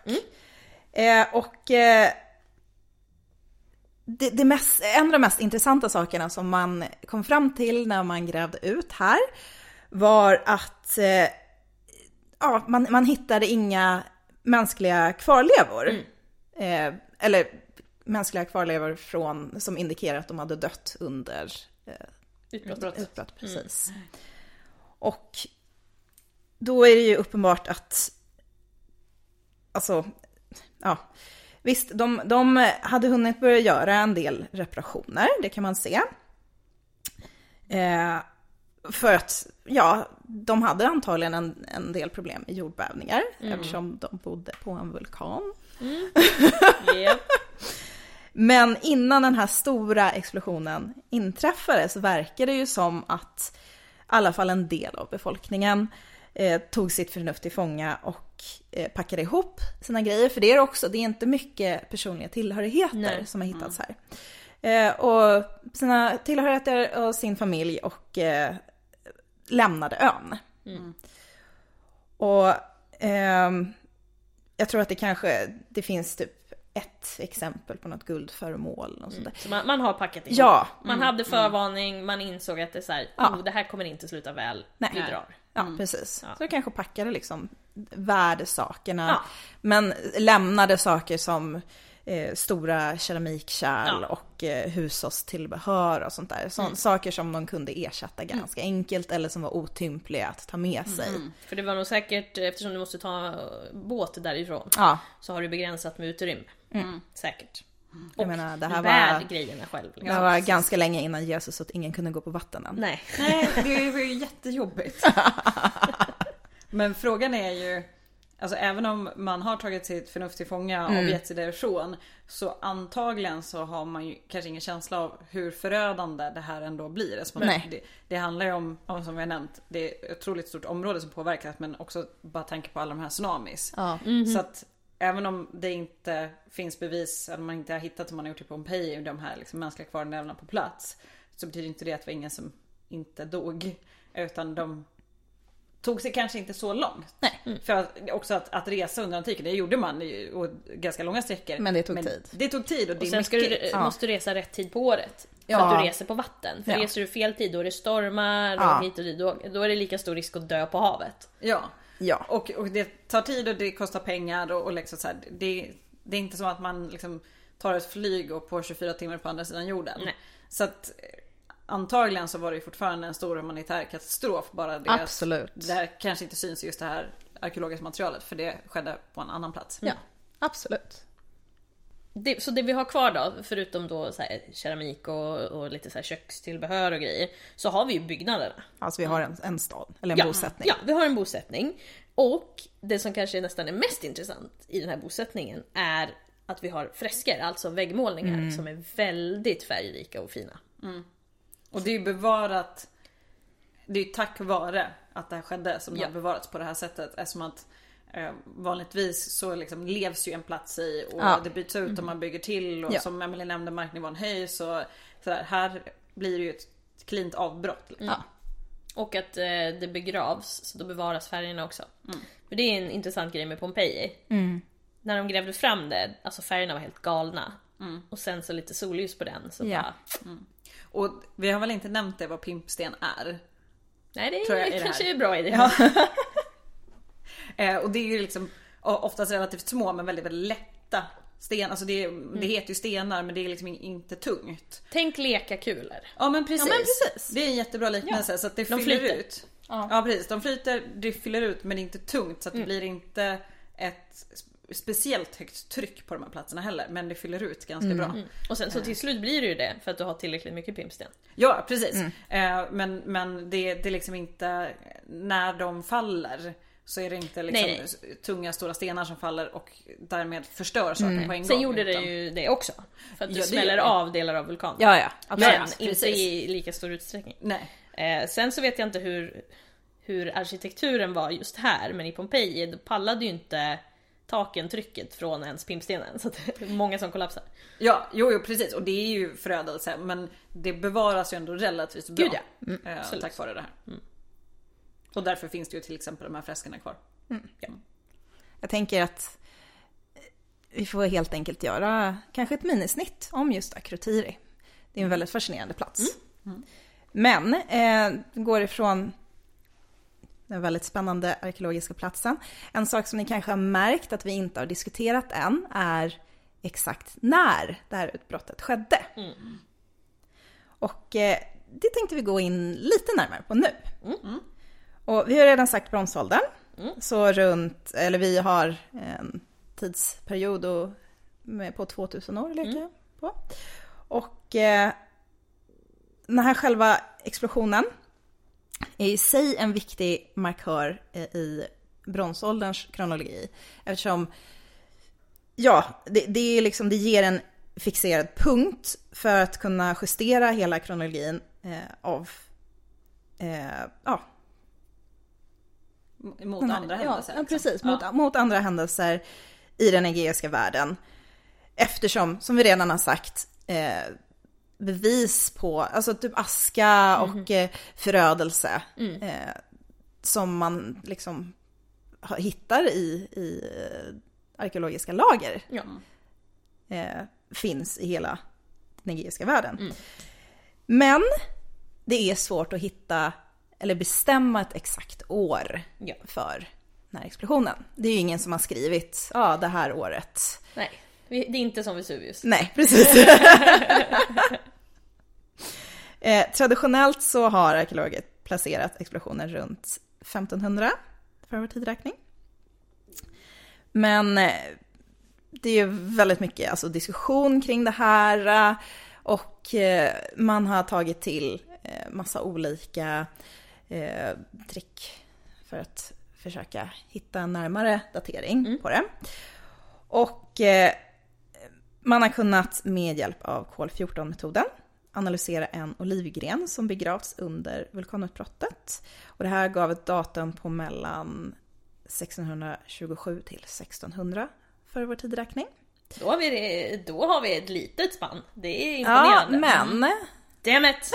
En av de mest intressanta sakerna som man kom fram till när man grävde ut här var att man hittade inga mänskliga kvarlevor. Eller mänskliga kvarlevor som indikerar att de hade dött under utbrott. Precis. Och då är det ju uppenbart att visst, de hade hunnit börja göra en del reparationer, det kan man se. För att, de hade antagligen en del problem med jordbävningar eftersom de bodde på en vulkan. Yep. Men innan den här stora explosionen inträffade så verkar det ju som att i alla fall en del av befolkningen tog sitt förnuft till fånga och packade ihop sina grejer. För det är inte mycket personliga tillhörigheter som har hittats här. Och sina tillhörigheter och sin familj och lämnade ön. Och jag tror att det finns typ ett exempel på något guldföremål och sånt där. Så man har packat ihop. Ja. Man hade förvarning, man insåg att det är så här, det här kommer inte sluta väl, vi drar. Ja, precis. Så jag kanske packade liksom värdesakerna, men lämnade saker som stora keramikkärl och hushållstillbehör och sånt där. Saker som de kunde ersätta ganska enkelt eller som var otympliga att ta med sig. För det var nog säkert, eftersom du måste ta båt därifrån, så har du begränsat med utrymme. Säkert. Och jag menar, det här var grejerna själv. Liksom. Det var ganska länge innan Jesus så att ingen kunde gå på vatten än. Nej, det var ju jättejobbigt. Men frågan är ju, alltså även om man har tagit sitt förnuft till fånga och gett sig därifrån, så antagligen så har man ju kanske ingen känsla av hur förödande det här ändå blir. Alltså det handlar ju om, som vi har nämnt, det är ett otroligt stort område som påverkas, men också bara tänka på alla de här tsunamis. Så att även om det inte finns bevis, eller man inte har hittat som man har gjort i Pompeji, de här liksom mänskliga kvarlevorna på plats, så betyder inte det att det var ingen som inte dog, utan de tog sig kanske inte så långt. För att resa under antiken, det gjorde man och ganska långa sträckor. Men det tog tid. Det tog tid och det och sen måste du resa rätt tid på året. För att du reser på vatten. För reser du fel tid, då är det stormar och hit och dit. Då är det lika stor risk att dö på havet. Ja. Och det tar tid och det kostar pengar och liksom så här, det är inte som att man liksom tar ett flyg och på 24 timmar på andra sidan jorden. Så att antagligen så var det ju fortfarande en stor humanitär katastrof, bara det. Absolut. Det här kanske inte syns just det här arkeologiska materialet, för det skedde på en annan plats. Ja, absolut. Så det vi har kvar då, förutom då så här keramik och lite så här kökstillbehör och grejer, så har vi ju byggnaderna. Alltså vi har en stad, eller en bosättning. Ja, vi har en bosättning. Och det som kanske nästan är mest intressant i den här bosättningen är att vi har fresker, alltså väggmålningar som är väldigt färgrika och fina. Och det är ju bevarat, det är ju tack vare att det här skedde som det har bevarats på det här sättet, eftersom att vanligtvis så liksom levs ju en plats i och det byts ut om man bygger till och som Emelie nämnde, marknivån höjs och sådär. Här blir det ju ett klint avbrott liksom. Och att det begravs, så då bevaras färgerna också. För det är en intressant grej med Pompeji. När de grävde fram det, alltså färgerna var helt galna. Och sen så lite solljus på den så bara... Och vi har väl inte nämnt det vad pimpsten är. Nej, det tror jag är kanske det är bra idé. Och det är ju liksom oftast relativt små men väldigt, väldigt lätta sten. Alltså det heter ju stenar, men det är liksom inte tungt. Tänk lekakulor. Ja men precis. Det är en jättebra liknelse, så att det fyller ut. Ja precis, de flyter, det fyller ut, men det är inte tungt, så att det blir inte ett speciellt högt tryck på de här platserna heller, men det fyller ut ganska bra. Och sen så till slut blir det ju det, för att du har tillräckligt mycket pimpsten. Ja precis. Men det är liksom inte, när de faller så är det inte liksom tunga stora stenar som faller och därmed förstör saker på en gång. Sen gjorde det ju det också, för att det smäller av delar av vulkanen. Ja, men inte i lika stor utsträckning. Nej. Sen så vet jag inte hur arkitekturen var just här, men i Pompeji då pallade ju inte taken trycket från ens pimpstenen, så att det är många som kollapsar. Ja, jo precis, och det är ju förödelse, men det bevaras ju ändå relativt bra. Gud, tack vare det här. Och därför finns det ju till exempel de här freskerna kvar. Jag tänker att vi får helt enkelt göra kanske ett minisnitt om just Akrotiri. Det är en väldigt fascinerande plats. Men går ifrån den väldigt spännande arkeologiska platsen. En sak som ni kanske har märkt att vi inte har diskuterat än är exakt när det här utbrottet skedde. Och det tänkte vi gå in lite närmare på nu. Och vi har redan sagt bronsåldern. Så vi har en tidsperiod på 2000 år leker på. Och den här själva explosionen är i sig en viktig markör i bronsålderns kronologi. Eftersom det är liksom, det ger en fixerad punkt för att kunna justera hela kronologin mot andra händelser. Ja, precis. Mot andra händelser i den egeiska världen. Eftersom, som vi redan har sagt, bevis på alltså typ aska och förödelse som man liksom hittar i arkeologiska lager finns i hela den egeiska världen. Men det är svårt att hitta eller bestämma ett exakt år för den här explosionen. Det är ju ingen som har skrivit det här året. Nej, det är inte som Vesuvius. Nej, precis. Traditionellt så har arkeologer placerat explosionen runt 1500 för vår tidräkning. Men det är ju väldigt mycket diskussion kring det här och man har tagit till massa olika trick för att försöka hitta en närmare datering på det. Och man har kunnat med hjälp av kol-14-metoden analysera en olivgren som begravts under vulkanutbrottet. Och det här gav ett datum på mellan 1627 till 1600 för vår tidräkning. Då har vi ett litet spann. Det är imponerande. Ja, men... Dammit!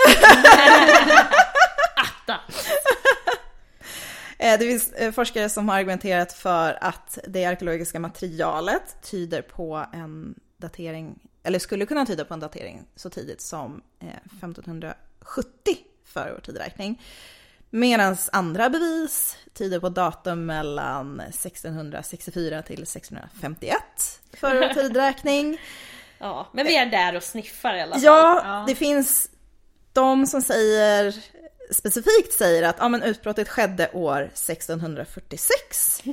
Atta! Det finns forskare som har argumenterat för att det arkeologiska materialet tyder på en datering, eller skulle kunna tyda på en datering så tidigt som 1570 för vår tidräkning. Medan andra bevis tyder på datum mellan 1664 till 1651 för vår tidräkning. Ja, men vi är där och sniffar i alla fall. Ja, det finns de som säger specifikt säger att men utbrottet skedde år 1646.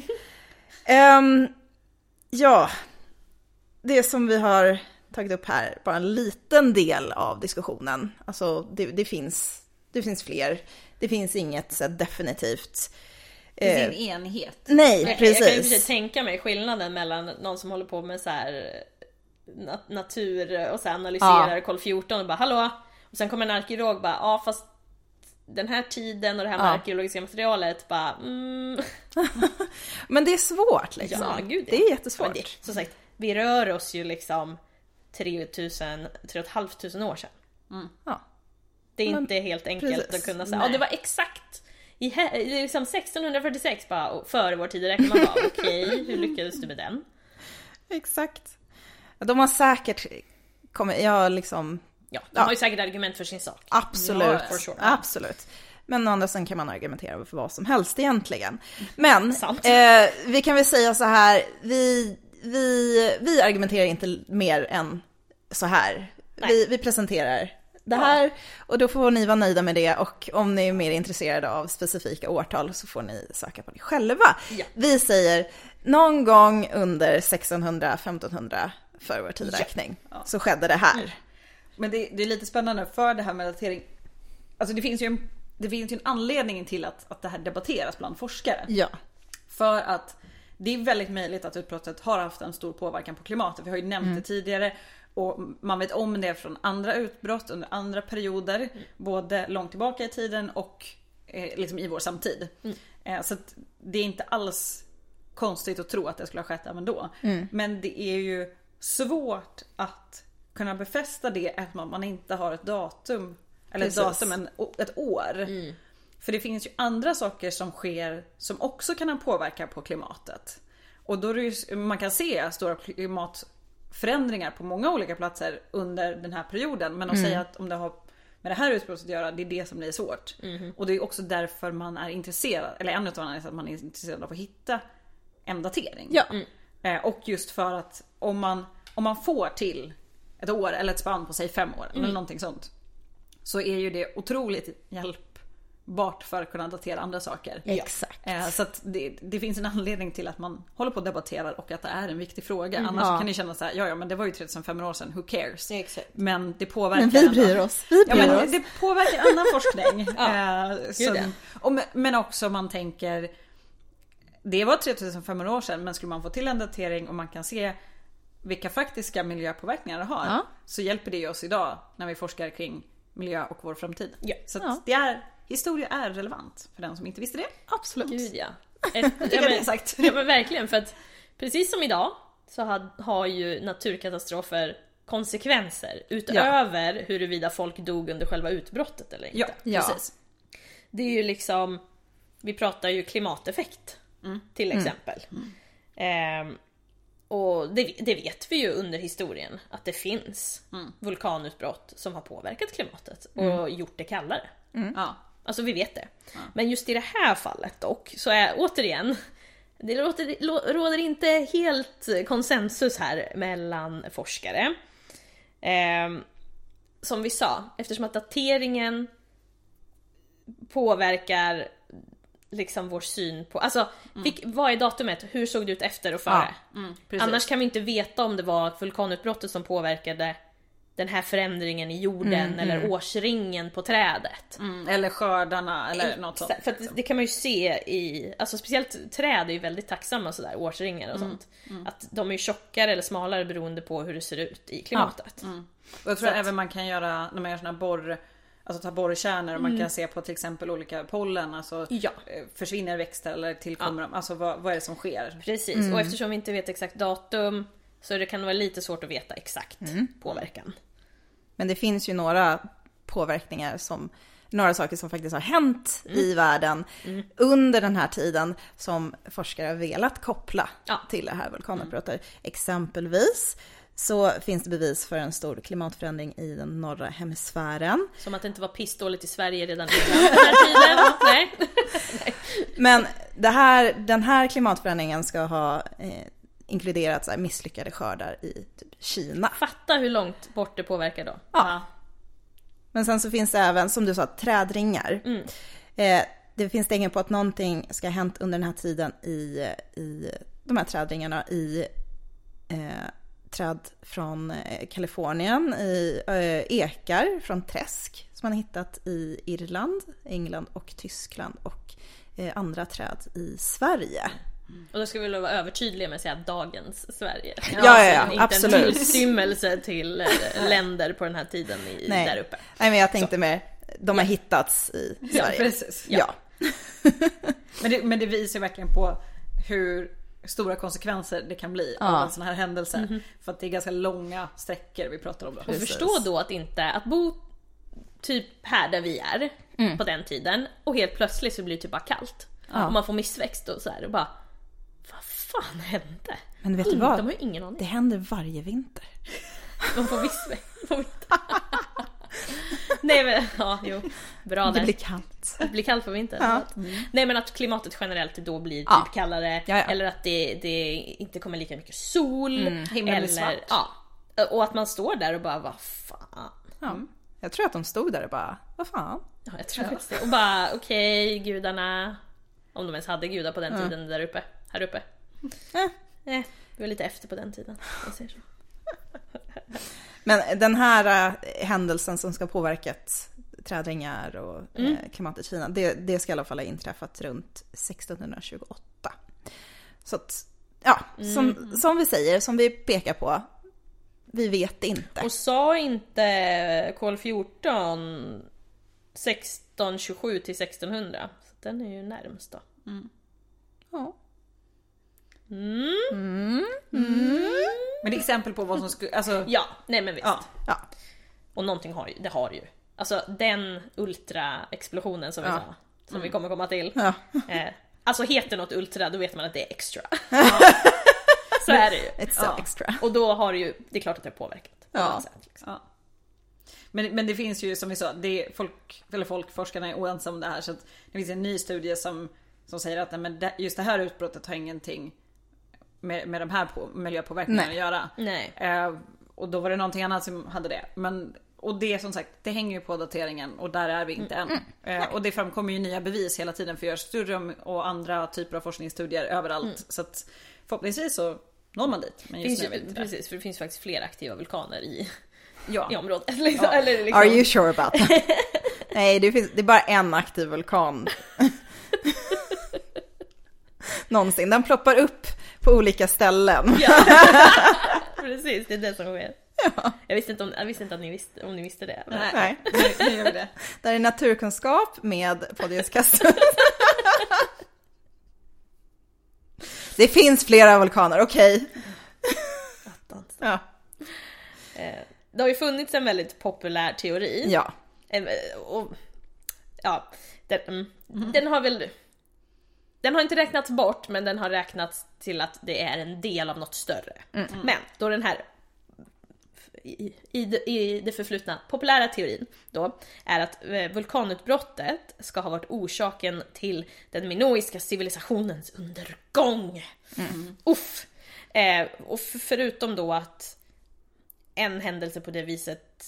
Ja, det som vi har tagit upp här, bara en liten del av diskussionen. Alltså det finns fler. Det finns inget så definitivt. Det är en enhet. Nej, precis. Jag kan ju tänka mig skillnaden mellan någon som håller på med så här natur och så analyserar kol 14 och bara hallå. Och sen kommer en arkeolog bara fast den här tiden och det här med arkeologiska materialet bara Men det är svårt liksom. Ja, gud, det är jättesvårt. Men som sagt, vi rör oss ju liksom 3 500 år sedan. Ja. Det är inte helt enkelt att kunna säga det var exakt det är liksom 1646 bara före vår tideräkning. Man bara okej, hur lyckades du med den? Exakt. De har säkert de har ju säkert argument för sin sak. Absolut, sure. absolut. Men å andra sidan kan man argumentera för vad som helst egentligen. Men vi kan väl säga så här, vi argumenterar inte mer än så här. Vi presenterar det här och då får ni vara nöjda med det, och om ni är mer intresserade av specifika årtal så får ni söka på det själva. Ja. Vi säger någon gång under 1600-1500 för vår tidräkning så skedde det här. Men det är lite spännande för det här med datering. Alltså det finns ju en anledning till att det här debatteras bland forskare. Ja. För att det är väldigt möjligt att utbrottet har haft en stor påverkan på klimatet. Vi har ju nämnt det tidigare. Och man vet om det från andra utbrott under andra perioder. Både långt tillbaka i tiden och liksom i vår samtid. Så att det är inte alls konstigt att tro att det skulle ha skett även då. Men det är ju svårt att kunna befästa det eftersom man inte har ett datum. Eller ett år. För det finns ju andra saker som sker som också kan påverka på klimatet. Och då är det ju, man kan se stora klimatförändringar på många olika platser under den här perioden. Men att säga att om det har med det här utbrottet att göra, det är det som blir svårt. Och det är också därför man är intresserad, eller en av anledningarna är att man är intresserad av att hitta en datering. Ja. Och just för att om man får till ett år eller ett spann på sig 5 år eller någonting sånt, så är ju det otroligt hjälpbart för att kunna datera andra saker. Exakt. Så att det finns en anledning till att man håller på att debattera och att det är en viktig fråga. Annars kan ni känna så här, ja men det var ju 3500 år sedan, who cares? Exakt. Men det påverkar. Men vi bryr oss. Det påverkar annan forskning. Men också man tänker, det var 3500 år sedan, men skulle man få till en datering och man kan se vilka faktiska miljöpåverkningar det har, så hjälper det oss idag när vi forskar kring miljö och vår framtid. Så att historia är relevant för den som inte visste det. Absolut. Gud, ja. Men verkligen, för att precis som idag så har ju naturkatastrofer konsekvenser utöver huruvida folk dog under själva utbrottet eller inte. Ja, precis. Det är ju liksom, vi pratar ju klimateffekt till exempel. Och det vet vi ju under historien, att det finns vulkanutbrott som har påverkat klimatet och gjort det kallare. Alltså vi vet det. Men just i det här fallet dock, så är återigen, det råder inte helt konsensus här mellan forskare. Som vi sa, eftersom att dateringen påverkar liksom vår syn på, alltså vad är datumet, hur såg det ut efter och före? Annars kan vi inte veta om det var vulkanutbrottet som påverkade den här förändringen i jorden eller årsringen på trädet. Eller skördarna eller något sånt. För att det kan man ju se i, alltså speciellt träd är ju väldigt tacksamma sådär, årsringar och sånt. Att de är ju tjockare eller smalare beroende på hur det ser ut i klimatet. Och jag tror även man kan göra, när man gör såna alltså ta borrkärnor och man kan se på till exempel olika pollen, alltså försvinner växter eller tillkommer de, alltså vad är det som sker? Precis, och eftersom vi inte vet exakt datum så det kan vara lite svårt att veta exakt påverkan. Men det finns ju några påverkningar några saker som faktiskt har hänt i världen under den här tiden som forskare har velat koppla till det här vulkanutbrottet. Exempelvis så finns det bevis för en stor klimatförändring i den norra hemisfären. Som att det inte var pissdåligt i Sverige redan innan den här tiden. Nej. Men den här klimatförändringen ska ha inkluderat så här misslyckade skördar i typ Kina. Fatta hur långt bort det påverkar då. Ja. Men sen så finns det även, som du sa, trädringar. Det finns tecken på att någonting ska ha hänt under den här tiden i de här trädringarna i träd från Kalifornien, i ekar från träsk som man har hittat i Irland, England och Tyskland, och andra träd i Sverige. Och då ska vi väl vara övertydliga med att säga dagens Sverige. Ja, inte absolut. en tillstymmelse till länder på den här tiden där uppe. Nej, men jag tänkte mer, de har hittats i Sverige. Ja, precis. Ja. Men det visar verkligen på hur stora konsekvenser det kan bli av en sån här händelse. För att det är ganska långa sträckor vi pratar om då. Och förstå då att bo typ här där vi är på den tiden, och helt plötsligt så blir det typ bara kallt. Och man får missväxt och så här, och bara, vad fan hände? Men vet du vad? De har ju ingen aning. Det händer varje vinter. De får missväxt. Nej men, bra där. Det blir kallt. Det blir kallt på vintern. Ja. Nej, men att klimatet generellt då blir typ kallare. Ja. Eller att det inte kommer lika mycket sol. Himlen blir svart. Ja. Och att man står där och bara, vad fan. Ja. Jag tror att de stod där och bara, vad fan? Ja, jag tror faktiskt det. Och bara, okej, gudarna, om de ens hade gudar på den tiden där uppe, här uppe. Det var lite efter på den tiden. Jag säger så. Men den här händelsen som ska ha påverkat trädringar och klimatet i Kina, det ska i alla fall ha inträffat runt 1628. Så att, som vi säger, som vi pekar på, vi vet inte. Och sa inte kol 14 1627 till 1600? Så den är ju närmst då. Ja. Men det är exempel på vad som skulle... Alltså, Ja, nej men visst. Ja. Och någonting har ju. Alltså den ultra-explosionen som vi sa, som vi kommer komma till. Ja. Alltså heter något ultra, då vet man att det är extra. Så är det ju. It's so extra. Och då har det är klart att det har påverkat. Ja. Ja. Men det finns ju, som vi sa, forskarna är oensamma om det här, så att det finns en ny studie som säger att nej, men just det här utbrottet har ingenting med de här miljöpåverkningarna att göra. Nej. Och då var det någonting annat som hade det. Och det som sagt, det hänger ju på dateringen, och där är vi inte än. Och det framkommer ju nya bevis hela tiden, för görs studier och andra typer av forskningsstudier överallt. Så att förhoppningsvis så når man dit. Men just nu vet inte. Precis, för det finns faktiskt flera aktiva vulkaner i området. Ja. Are you sure about that? Nej, det är bara en aktiv vulkan. Någonsin. Den ploppar upp på olika ställen. Ja. Precis, det är det som sker. Ja. Jag visste inte om ni visste det. Men... Nej. Nu gör vi det. Där är naturkunskap med Podiuskastet. Det finns flera vulkaner, okej. Ja. Det har ju funnits en väldigt populär teori. Ja. Den har inte räknats bort, men den har räknats till att det är en del av något större. Men då den här i det förflutna populära teorin då är att vulkanutbrottet ska ha varit orsaken till den minoiska civilisationens undergång. Och förutom då att en händelse på det viset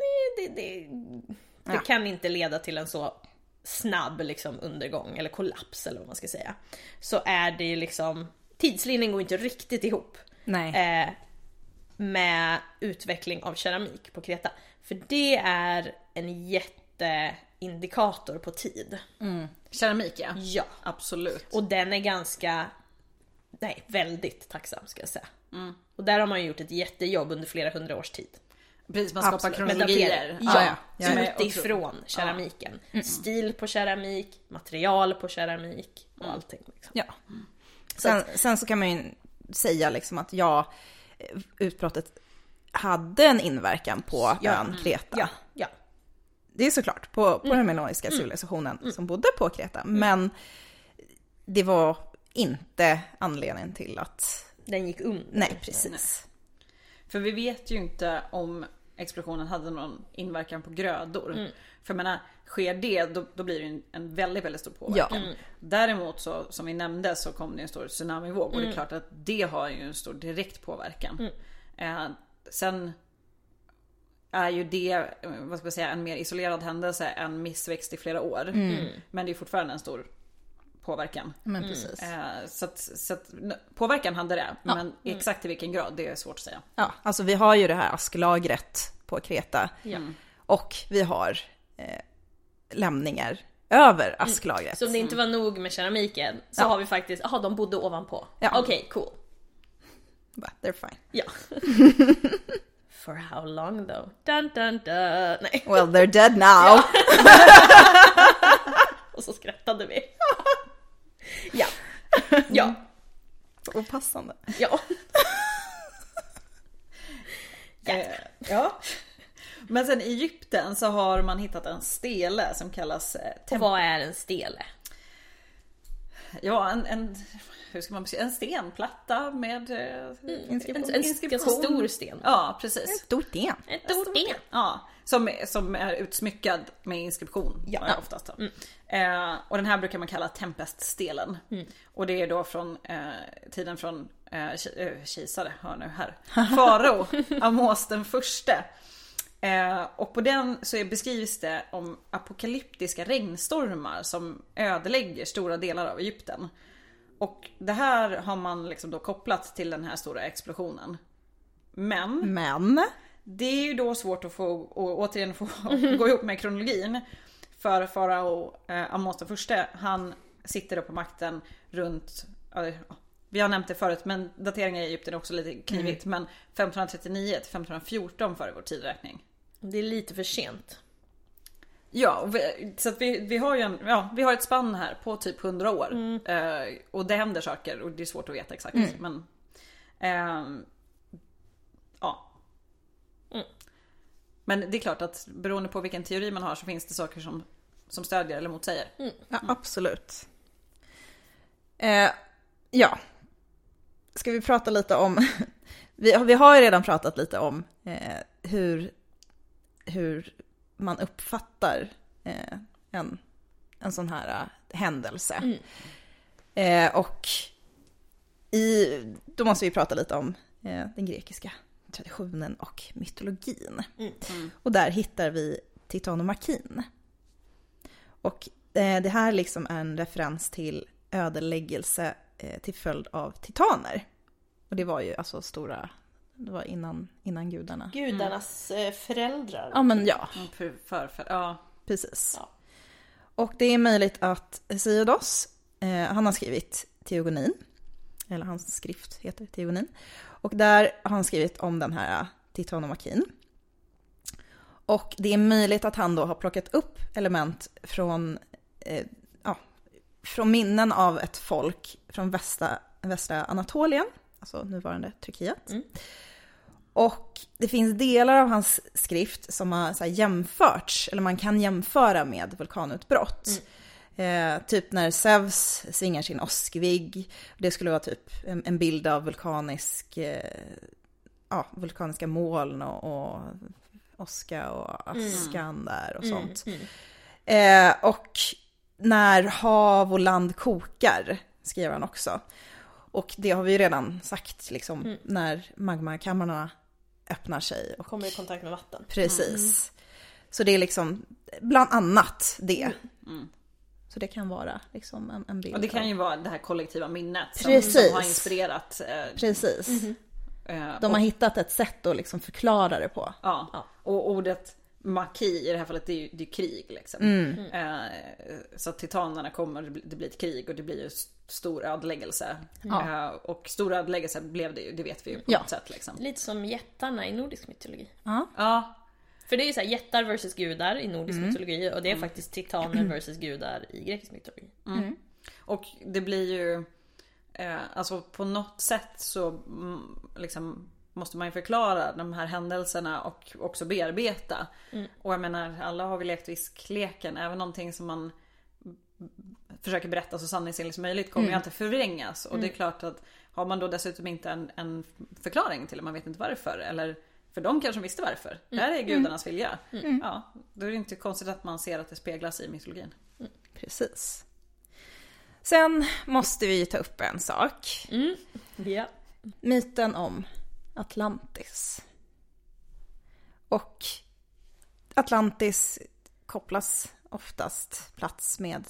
det kan inte leda till en så snabb liksom undergång eller kollaps eller vad man ska säga, så är det ju liksom, tidslinjen går inte riktigt ihop. Nej. Med utveckling av keramik på Kreta, för det är en jätteindikator på tid. Keramik, ja, absolut. och den är väldigt tacksam, ska jag säga. Och där har man ju gjort ett jättejobb under flera 100 års tid. Precis, man skapar kronologier. Utifrån keramiken. Stil på keramik, material på keramik och allting. Liksom. Ja. Sen så kan man ju säga liksom att utbrottet hade en inverkan på ön Kreta. Ja. Det är såklart på den minoiska civilisationen som bodde på Kreta. Men det var inte anledningen till att den gick under. Nej, precis. Nej. För vi vet ju inte om explosionen hade någon inverkan på grödor. För jag menar, sker det, då blir det en väldigt, väldigt stor påverkan. Däremot så, som vi nämnde, så kom det en stor tsunamivåg. Och det är klart att det har ju en stor direkt påverkan. Sen, är ju det, vad ska jag säga, en mer isolerad händelse än missväxt i flera år. Men det är fortfarande en stor påverkan. Men precis. Så att påverkan hade det, men exakt i vilken grad, det är svårt att säga. Ja, alltså vi har ju det här asklagret på Kreta. Och vi har lämningar över asklagret. Så om det inte var nog med keramiken så har vi faktiskt, de bodde ovanpå. Ja. Okej, cool. But they're fine. Ja. For how long though? Dun, dun, dun. Nej. Well, they're dead now. Och så skrattade vi. Ja. Ja. Opassande. Ja. Ja. Men sen i Egypten så har man hittat en stele som kallas Och vad är en stele? Ja, hur ska man beskriva? En stenplatta med En ganska stor sten. Ja, precis. En stor sten. En stor sten. Ja, som är utsmyckad med inskription. Ja, oftast. Och den här brukar man kalla tempeststelen. Och det är då från tiden från kejsare, hör nu här. Farao, Amos den förste. Och på den så beskrivs det om apokalyptiska regnstormar som ödelägger stora delar av Egypten. Och det här har man liksom då kopplat till den här stora explosionen. Men det är ju då svårt att få gå ihop med kronologin. För farao Amos den förste, han sitter då på makten runt, vi har nämnt det förut, men dateringen i Egypten är också lite knivigt, men 1539 till 1514 före vår tidräkning. Det är lite för sent. Ja, så att vi har ju vi har ett spann här på typ 100 år. Och det händer saker och det är svårt att veta exakt. Men Men det är klart att beroende på vilken teori man har så finns det saker som stödjer eller motsäger. Ja, absolut. Ja. Ska vi prata lite om... vi har ju redan pratat lite om hur man uppfattar en sån här händelse. Och då måste vi prata lite om den grekiska traditionen och mytologin. Och där hittar vi titanomakin. Och det här liksom är en referens till ödeläggelse till följd av titaner. Och det var ju alltså stora, det var innan gudarna. Gudarnas föräldrar. Ja, men ja. Ja. Precis. Ja. Och det är möjligt att Hesiodos, han har skrivit Teogonin. Eller hans skrift heter Teogonin. Och där har han skrivit om den här titanomakin. Och det är möjligt att han då har plockat upp element från minnen av ett folk från västra Anatolien, alltså nuvarande Turkiet. Och det finns delar av hans skrift som har så här jämförts, eller man kan jämföra med vulkanutbrott. Typ när Zeus svingar sin åskvigg. Det skulle vara typ en bild av vulkaniska moln och åska och askan där och sånt. Och när hav och land kokar, skriver han också. Och det har vi ju redan sagt, liksom, när magmakammarna öppnar sig. Och kommer i kontakt med vatten. Precis. Så det är liksom bland annat det. Så det kan vara liksom en bild. Och det kan ju vara det här kollektiva minnet som har inspirerat. Precis. De har hittat ett sätt att liksom förklara det på. Ja. Och ordet maki i det här fallet, det är krig liksom. Så att titanerna kommer, det blir ett krig och det blir ju stor ödeläggelse. Och stor ödeläggelse blev det ju, det vet vi ju på något sätt liksom. Lite som jättarna i nordisk mytologi. Ja. För det är ju så här, jättar versus gudar i nordisk mytologi, och det är faktiskt titaner versus gudar i grekisk mytologi. Och det blir ju alltså på något sätt så liksom måste man ju förklara de här händelserna och också bearbeta. Och jag menar, alla har vi lekt viskleken, även någonting som man försöker berätta så sanningsenligt som möjligt kommer ju alltid förvrängas. Och det är klart att har man då dessutom inte en förklaring till det, man vet inte varför, eller för de kanske visste varför. Det här är gudarnas vilja. Ja, då är det inte konstigt att man ser att det speglas i mytologin. Precis. Sen måste vi ta upp en sak. Ja. Myten om Atlantis. Och Atlantis kopplas oftast plats med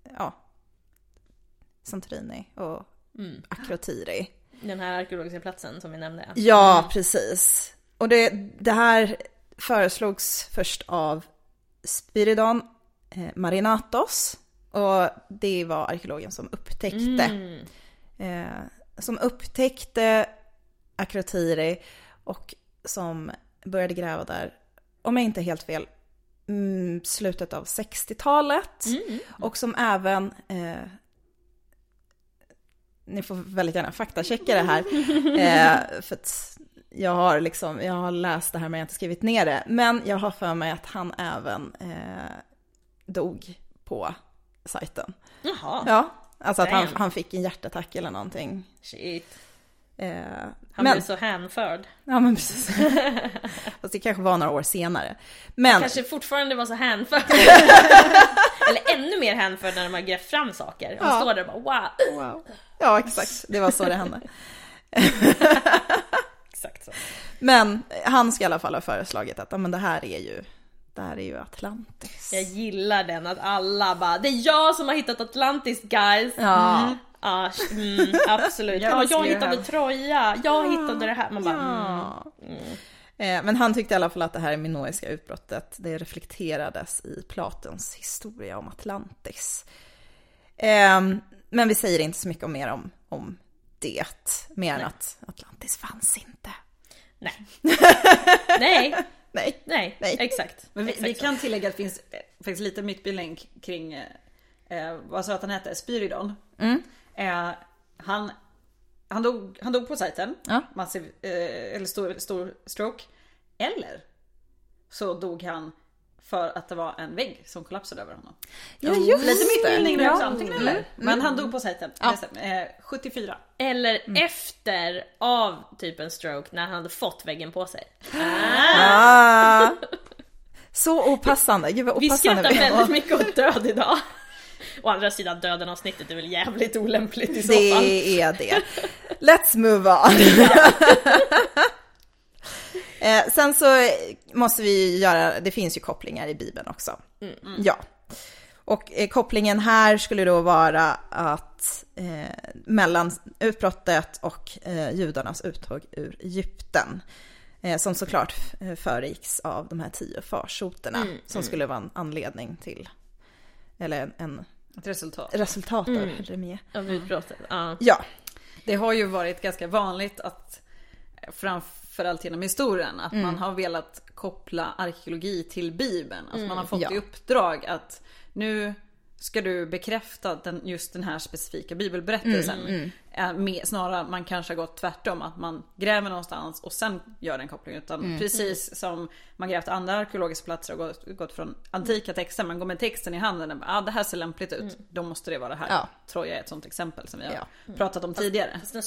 Santorini och Akrotiri. Den här arkeologiska platsen som vi nämnde. Ja, precis. Och det här föreslogs först av Spiridon Marinatos. Och det var arkeologen som upptäckte Akrotiri och som började gräva där, om jag inte är helt fel, slutet av 60-talet. Och som även ni får väldigt gärna faktachecka det här för att jag har läst det här men jag har inte skrivit ner det, men jag har för mig att han även dog på sajten. Jaha. Ja, alltså att han fick en hjärtattack eller någonting. Shit. Han blev så hänförd. Ja, men precis. Fast det kanske var några år senare. Men han kanske fortfarande var så hänförd. Eller ännu mer hänförd när de har grävt fram saker. Han står där och bara wow. Ja, exakt. Det var så det hände. Exakt så. Men han ska i alla fall ha föreslagit att men det här är ju Atlantis. Jag gillar den, att alla bara, det är jag som har hittat Atlantis, guys. Ja. Absolut. Jag hittade Troja. Jag hittade det här. Man bara, Men han tyckte i alla fall att det här minoiska utbrottet, det reflekterades i Platons historia om Atlantis. Men vi säger inte så mycket mer om det, mer än att Atlantis fanns inte. Nej, exakt. Men vi kan tillägga att det finns faktiskt lite mytbildning kring vad sa att han hette? Spiridon. Han dog på sajten. Massiv eller stor stroke. Eller så dog han för att det var en vägg som kollapsade över honom. Ja, just lite mytbildning där också, ja. antingen eller. Men han dog på sajten. 74. Eller efter av typ en stroke när han hade fått väggen på sig. Så opassande. Gud, vad opassande. Vi skrattar väldigt mycket åt död idag. Å andra sidan, döden avsnittet är väl jävligt olämpligt i så fall. Det är det. Let's move on. Sen så måste vi göra, det finns ju kopplingar i Bibeln också. Ja. Och kopplingen här skulle då vara att mellan utbrottet och judarnas uttåg ur Egypten. Som såklart föregicks av de här 10 farsoterna. Som skulle vara en anledning till, eller ett resultat av utbrottet. Ja. Det har ju varit ganska vanligt att framförallt genom historien att man har velat koppla arkeologi till Bibeln. Alltså man har fått i uppdrag att nu ska du bekräfta just den här specifika bibelberättelsen. Snarare man kanske har gått tvärtom, att man gräver någonstans och sen gör en koppling. Utan precis som man grävt andra arkeologiska platser och gått från antika texter, man går med texten i handen och det här ser lämpligt ut, då måste det vara det här. Troja är ett sånt exempel som vi har pratat om tidigare. Den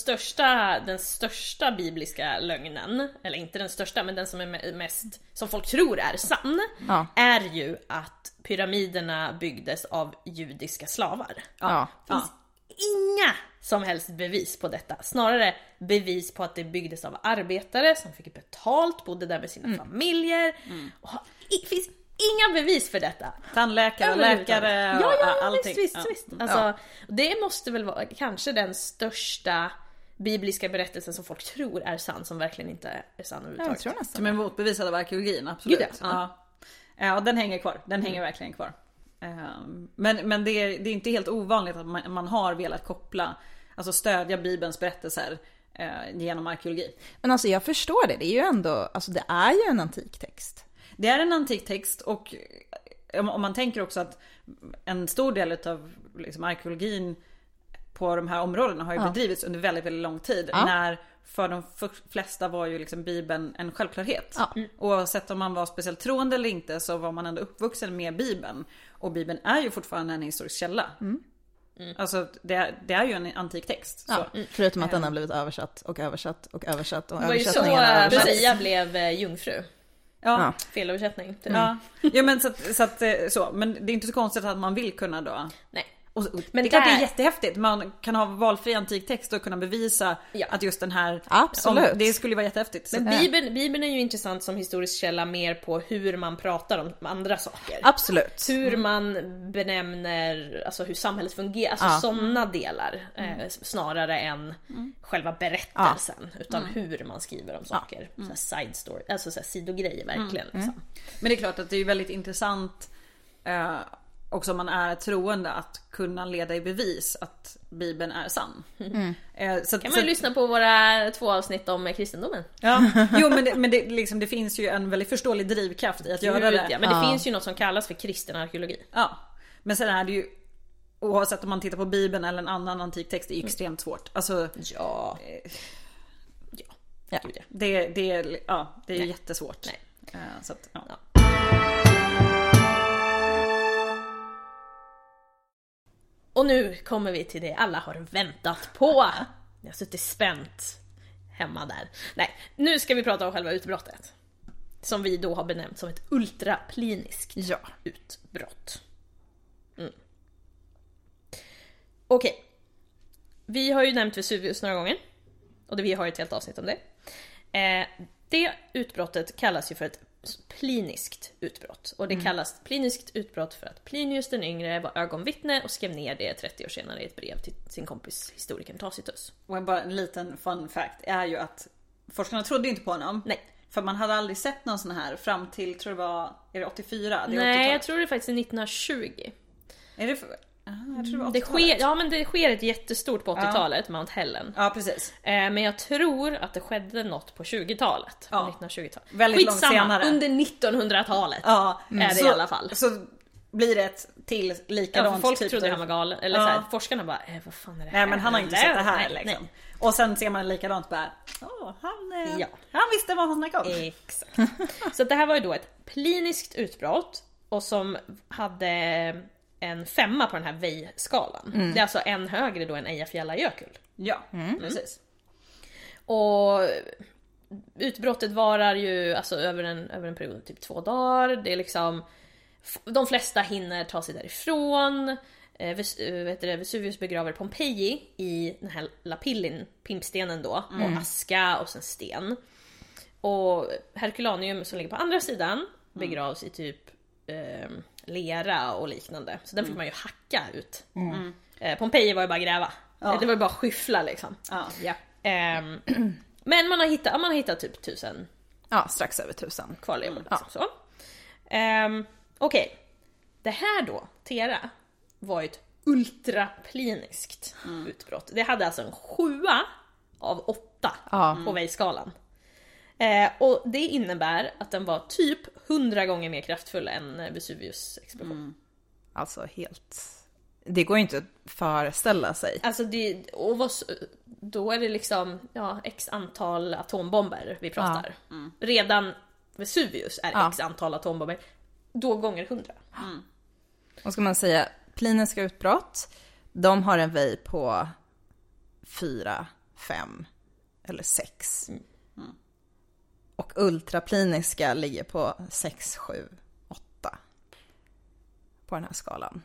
största bibliska lögnen, eller inte den största, men den som är mest, som folk tror är sann, är ju att pyramiderna byggdes av judiska slavar. Det finns inga som helst bevis på detta. Snarare bevis på att det byggdes av arbetare som fick betalt, bodde där med sina familjer. Det finns inga bevis för detta. Tandläkare, läkare och allting. Visst. Alltså, det måste väl vara kanske den största bibliska berättelsen som folk tror är sann, som verkligen inte är sann överhuvudtaget. Jag tror nästan. Som är motbevisad av arkeologin, absolut. Ja, den hänger kvar. Den hänger verkligen kvar. Men det är inte helt ovanligt att man har velat koppla, alltså stödja Bibelns berättelser genom arkeologi. Men alltså jag förstår det. Det är ju ändå, alltså det är ju en antik text. Det är en antik text, och om man tänker också att en stor del av liksom arkeologin på de här områdena har ju bedrivits under väldigt, väldigt lång tid. När för de flesta var ju liksom Bibeln en självklarhet. Oavsett om man var speciellt troende eller inte, så var man ändå uppvuxen med Bibeln. Och Bibeln är ju fortfarande en historisk källa. Alltså det är ju en antik text. Så. Förutom att den har blivit översatt och översatt och översatt. Och det var ju så Maria blev jungfru. Felöversättning. Ja, men så. Men det är inte så konstigt att man vill kunna då. Nej. Och Men det är klart det är jättehäftigt. Man kan ha valfri antiktext och kunna bevisa att just den här... Absolut. Det skulle vara jättehäftigt. Men Bibeln är ju intressant som historisk källa mer på hur man pratar om andra saker. Absolut. Hur man benämner, alltså hur samhället fungerar, alltså sådana delar. Snarare än själva berättelsen. Utan hur man skriver om saker. Så här side story, alltså så här sidogrejer verkligen. Liksom. Men det är klart att det är väldigt intressant också om man är troende att kunna leda i bevis att Bibeln är sann. Så kan man ju lyssna på våra 2 avsnitt om kristendomen. Ja. Jo, men det finns ju en väldigt förståelig drivkraft i att göra det. Ja, men det finns ju något som kallas för kristen arkeologi. Ja, men sen är det ju, oavsett om man tittar på Bibeln eller en annan antik text, det är ju extremt svårt. Alltså, Ja. det är ju jättesvårt. Så att, ja. Och nu kommer vi till det alla har väntat på. Jag har suttit spänt hemma där. Nej, nu ska vi prata om själva utbrottet. Som vi då har benämnt som ett ultrapliniskt utbrott. Okej. Vi har ju nämnt Vesuvius några gånger. Och vi har ju ett helt avsnitt om det. Det utbrottet kallas ju för ett pliniskt utbrott. Och det kallas pliniskt utbrott för att Plinius den yngre var ögonvittne och skrev ner det 30 år senare i ett brev till sin kompis historikern Tacitus. Och bara en liten fun fact är ju att forskarna trodde inte på honom. Nej. För man hade aldrig sett någon sån här fram till, tror det var, är det 84? Det är Nej, 80-tal. jag tror det är faktiskt 1920. Är det för... jag tror det var 80-talet. Det sker ett jättestort på 80-talet, Mount Helen. Ja, precis. Men jag tror att det skedde något på 20-talet. På 1920-talet. Väldigt långt senare. Under 1900-talet är det i alla fall. Så blir det ett till likadant. Folk typ trodde han var galen. Eller så här, forskarna bara, vad fan är det här? Nej, men han har inte sett det här Nej. liksom. Och sen ser man likadant bara, han visste vad han snackade om. Exakt. Så det här var ju då ett pliniskt utbrott. Och som hade en 5 på den här Vej-skalan. Det är alltså en högre då än Eyjafjallajökull. Ja, precis. Och utbrottet varar ju alltså över en period typ 2 dagar. Det är liksom, de flesta hinner ta sig därifrån. Vesuvius begraver Pompeji i den här Lapillin, pimpstenen då, och aska och sen sten. Och Herculaneum som ligger på andra sidan begravs i typ lera och liknande. Så den fick man ju hacka ut. Pompeji var ju bara gräva. Det var ju bara skyffla liksom. Men man har hittat typ 1000. Ja, strax över 1000 kvarlevor. Liksom, Okej. Det här då, Tera, var ett ultrapliniskt utbrott. Det hade alltså en 7 av 8 på Vejskalan. Och det innebär att den var typ 100 gånger mer kraftfull än Vesuvius explosion. Alltså helt... Det går ju inte att föreställa sig. Alltså då är det liksom x antal atombomber vi pratar. Redan Vesuvius är x antal atombomber. Då gånger 100. Och ska man säga, pliniska utbrott, de har en Vej på 4, 5 eller 6. Och ultrapliniska ligger på 6, 7, 8 på den här skalan.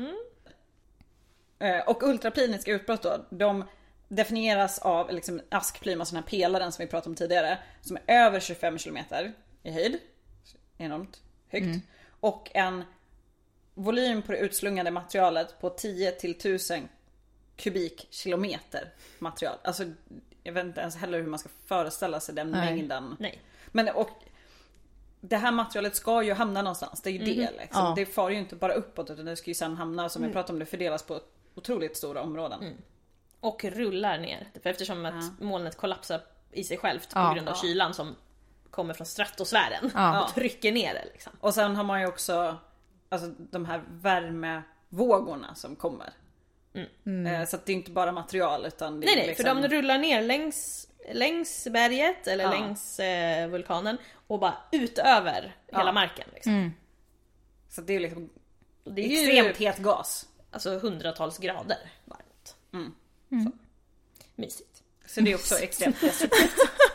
Och ultrapliniska utbrott då, de definieras av liksom askplym, alltså den här pelaren som vi pratade om tidigare, som är över 25 kilometer i höjd, enormt högt, och en volym på det utslungade materialet på 10 till 1000 kubikkilometer material. Alltså jag vet inte ens heller hur man ska föreställa sig den mängden. Nej. Men och det här materialet ska ju hamna någonstans. Det är ju det liksom. Det far ju inte bara uppåt, utan det ska ju sen hamna, som jag pratade om, det fördelas på otroligt stora områden. Och rullar ner. För eftersom att molnet kollapsar i sig självt på grund av kylan som kommer från stratosfären och trycker ner det liksom. Och sen har man ju också alltså de här värmevågorna som kommer. Så att det är inte bara material, utan det är nej, liksom... för de rullar ner längs berget eller längs vulkanen och bara ut över hela marken liksom. Så det är liksom det är extremt het gas. Alltså hundratals grader varmt. Så. Mysigt. Så det är också extremt destruktivt.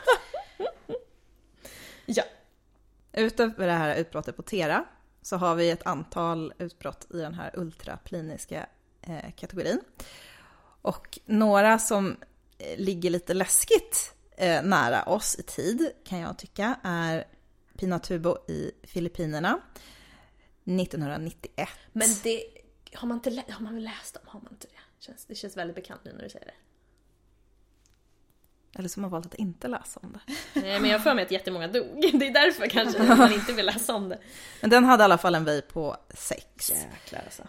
Ja. Utöver det här utbrottet på Tera så har vi ett antal utbrott i den här ultrapliniska kategorin. Och några som ligger lite läskigt nära oss i tid kan jag tycka är Pinatubo i Filippinerna 1991. Men det har man väl läst om? Har man inte det? Det känns väldigt bekant nu när du säger det. Eller som har valt att inte läsa om det. Nej, men jag får mig att jättemånga dog. Det är därför kanske man inte vill läsa om det. Men den hade i alla fall en VI på 6. Jäklar alltså.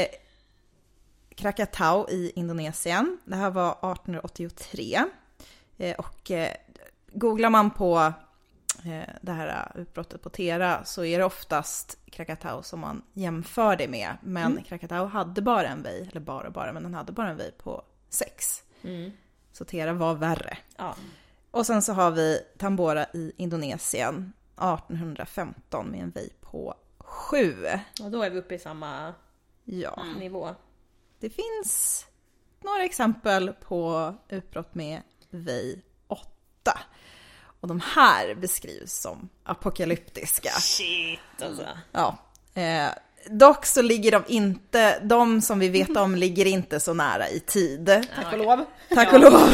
Krakatau i Indonesien. Det här var 1883. Och googlar man på det här utbrottet på Tera så är det oftast Krakatau som man jämför det med. Men Krakatau hade bara en VI, eller bara, men den hade bara en VI på 6. Så Tera var värre. Ja. Och sen så har vi Tambora i Indonesien 1815 med en VI på 7. Och då är vi uppe i samma nivå. Det finns några exempel på utbrott med VI 8. Och de här beskrivs som apokalyptiska. Shit alltså. Ja. Dock så ligger de som vi vet om ligger inte så nära i tid. Tack och lov. Tack och lov.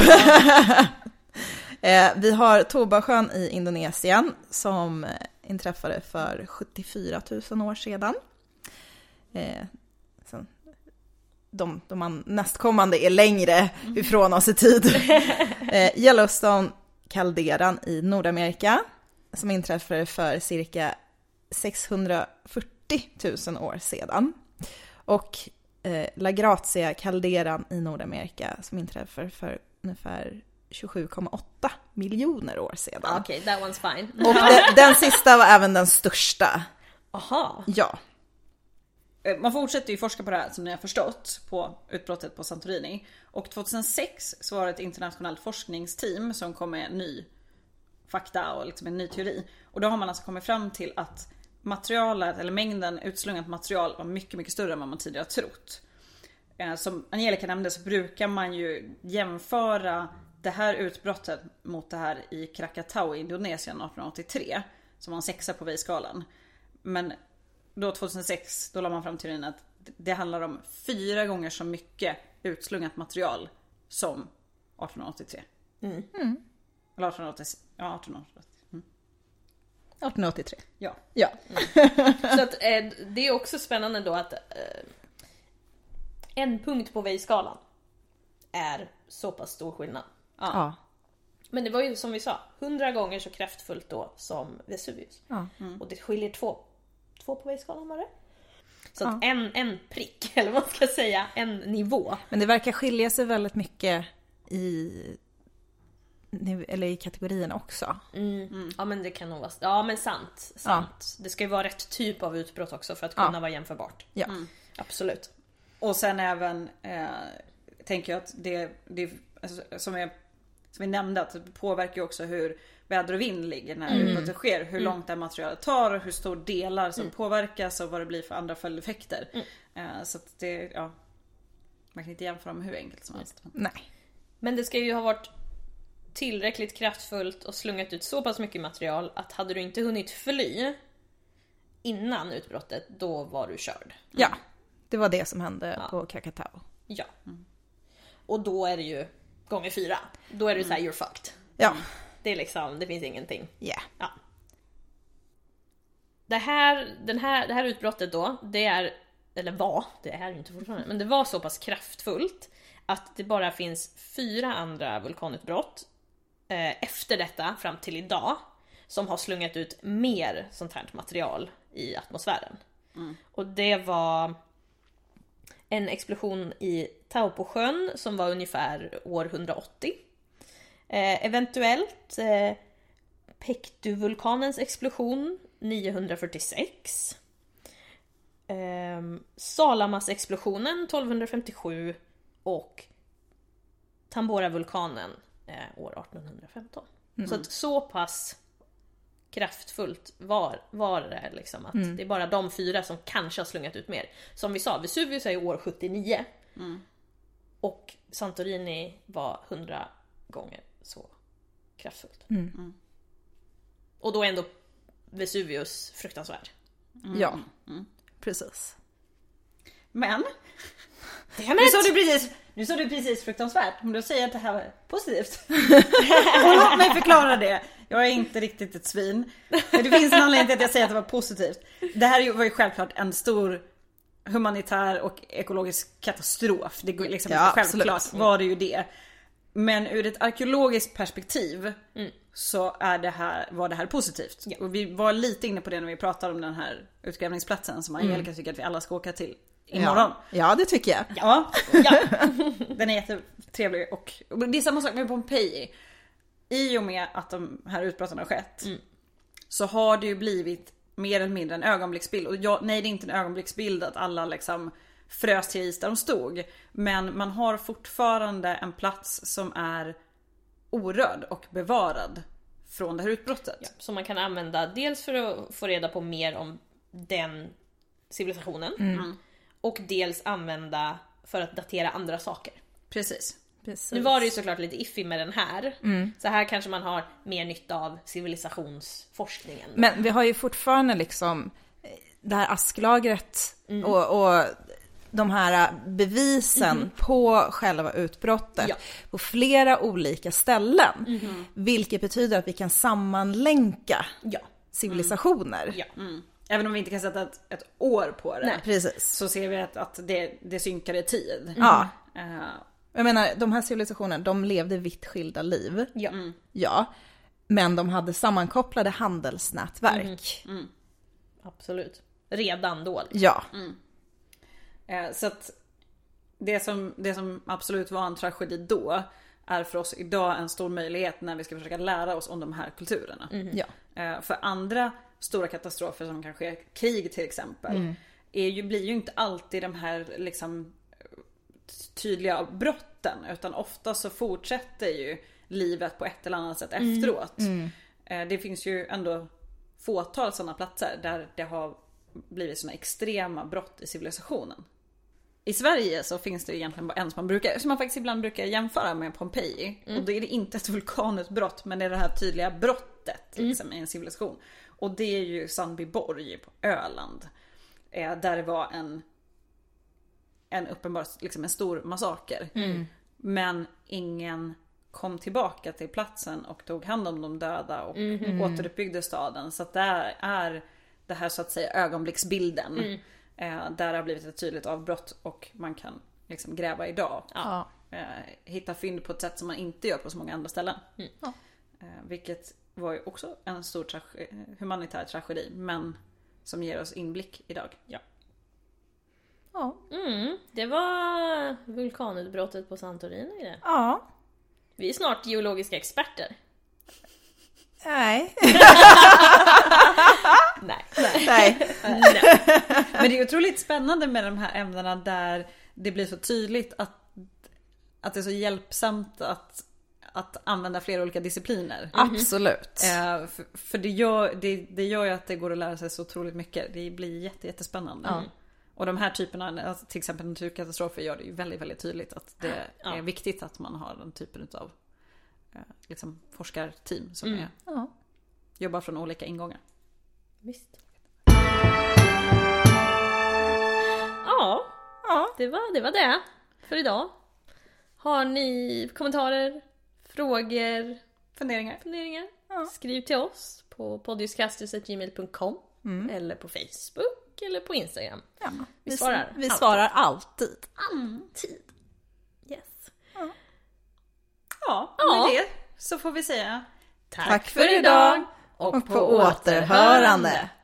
Vi har Tobasjön i Indonesien som inträffade för 74 000 år sedan. De nästkommande är längre ifrån oss i tid. Yellowstone-kalderan i Nordamerika som inträffade för cirka 640 000 år sedan. Och La Grazia-kalderan i Nordamerika som inträffade för ungefär 27,8 miljoner år sedan. Okej, that one's fine. Och den sista var även den största. Aha. Ja. Man fortsätter ju forska på det här som ni har förstått på utbrottet på Santorini. Och 2006 så var det ett internationellt forskningsteam som kom med ny fakta och liksom en ny teori. Och då har man alltså kommit fram till att materialet eller mängden utslungat material var mycket, mycket större än vad man tidigare trott. Som Angelica nämnde så brukar man ju jämföra det här utbrottet mot det här i Krakatau i Indonesien 1883 som var en 6 på VI-skalan. Men då 2006 då la man fram teorin att det handlar om 4 gånger så mycket utslungat material som 1883. Eller 1883. Ja, 1883. 1883. Ja. Så att, det är också spännande då att en punkt på VI-skalan är så pass stor skillnad. Ja. Men det var ju som vi sa 100 gånger så kraftfullt då som Vesuvius. Och det skiljer 2 på VI-skalan var det. Så att en prick, eller vad man ska säga, en nivå. Men det verkar skilja sig väldigt mycket i kategorierna också. Ja men det kan nog vara... Ja men sant. Ja. Det ska ju vara rätt typ av utbrott också för att kunna vara jämförbart. Ja. Absolut. Och sen även tänker jag att det alltså, som vi nämnde att det påverkar också hur väder och vind ligger när utbrottet sker. Hur långt det materialet tar och hur stor delar som påverkas och vad det blir för andra följdeffekter. Så att det, man kan inte jämföra med hur enkelt som helst. Nej. Men det ska ju ha varit tillräckligt kraftfullt och slungat ut så pass mycket material att hade du inte hunnit fly innan utbrottet, då var du körd. Ja, det var det som hände på Krakatau. Ja. Och då är det ju gånger 4. Då är det så här, you're fucked. Ja. Det är liksom, det finns ingenting. Yeah. Ja. Det här utbrottet då, det är ju inte fortfarande, men det var så pass kraftfullt att det bara finns 4 andra vulkanutbrott efter detta fram till idag som har slungat ut mer sånt här material i atmosfären. Och det var en explosion i Taupojön som var ungefär år 180. Eventuellt Pektu-vulkanens explosion 946. Salamas-explosionen 1257 och Tambora-vulkanen år 1815. Så att så pass kraftfullt var det liksom att det är bara de 4 som kanske har slungat ut mer. Som vi sa, Vesuvius är i år 79 och Santorini var 100 gånger så kraftfullt. Och då är ändå Vesuvius fruktansvärd. Ja, precis. Men nu sa du precis fruktansvärt. Om du säger att det här var positivt. Och låt mig förklara det. Jag är inte riktigt ett svin. Det finns en anledning till att jag säger att det var positivt. Det här var ju självklart en stor humanitär och ekologisk katastrof. Det går liksom självklart var det ju det. Men ur ett arkeologiskt perspektiv så var det här positivt. Ja. Och vi var lite inne på det när vi pratade om den här utgrävningsplatsen som Angelica tycker att vi alla ska åka till imorgon. Ja, det tycker jag. Ja. Den är jättetrevlig. Och det är samma sak med Pompeji. I och med att de här utbrotten har skett så har det ju blivit mer eller mindre en ögonblicksbild. Och nej, det är inte en ögonblicksbild att alla liksom frös till is där de stod. Men man har fortfarande en plats som är orörd och bevarad från det här utbrottet. Ja, som man kan använda dels för att få reda på mer om den civilisationen och dels använda för att datera andra saker. Precis. Nu var det ju såklart lite iffy med den här. Så här kanske man har mer nytta av civilisationsforskningen. Men vi har ju fortfarande liksom det här asklagret och de här bevisen på själva utbrottet på flera olika ställen. Vilket betyder att vi kan sammanlänka civilisationer. Även om vi inte kan sätta ett år på det. Nej, precis. Så ser vi att det synkar i tid. Ja. Jag menar, de här civilisationerna, de levde vitt skilda liv. Ja. Men de hade sammankopplade handelsnätverk. Absolut. Redan då. Ja. Så att det som absolut var en tragedi då är för oss idag en stor möjlighet när vi ska försöka lära oss om de här kulturerna. För andra stora katastrofer som kanske är krig till exempel blir ju inte alltid de här liksom tydliga brotten, utan ofta så fortsätter ju livet på ett eller annat sätt efteråt. Det finns ju ändå fåtal sådana platser där det har blivit sådana extrema brott i civilisationen. I Sverige så finns det egentligen bara en som man faktiskt ibland brukar jämföra med Pompeji. Och då är det inte ett vulkanutbrott, men det är det här tydliga brottet liksom, i en civilisation. Och det är ju Sandbyborg på Öland. Där det var en uppenbar, liksom en stor massaker. Men ingen kom tillbaka till platsen och tog hand om de döda och återuppbyggde staden. Så att där är det här så att säga ögonblicksbilden. Där har blivit ett tydligt avbrott och man kan liksom gräva idag. Hitta fynd på ett sätt som man inte gör på så många andra ställen. Vilket var ju också en stor humanitär tragedi, men som ger oss inblick idag. Det var vulkanutbrottet på Santorini det. Ja. Vi är snart geologiska experter. Nej. Nej. Men det är otroligt spännande med de här ämnena där det blir så tydligt att det är så hjälpsamt att använda flera olika discipliner. Absolut. För det gör ju att det går att lära sig så otroligt mycket. Det blir jättespännande. Och de här typerna, till exempel naturkatastrofer, gör det ju väldigt, väldigt tydligt att det är viktigt att man har den typen av liksom forskarteam som jobbar från olika ingångar. Visst. Ja, det var det för idag. Har ni kommentarer, frågor, funderingar? Skriv till oss på podiuskastus@gmail.com eller på Facebook eller på Instagram. Vi svarar. Vi svarar alltid. Yes. Med det så får vi säga tack för idag och på återhörande.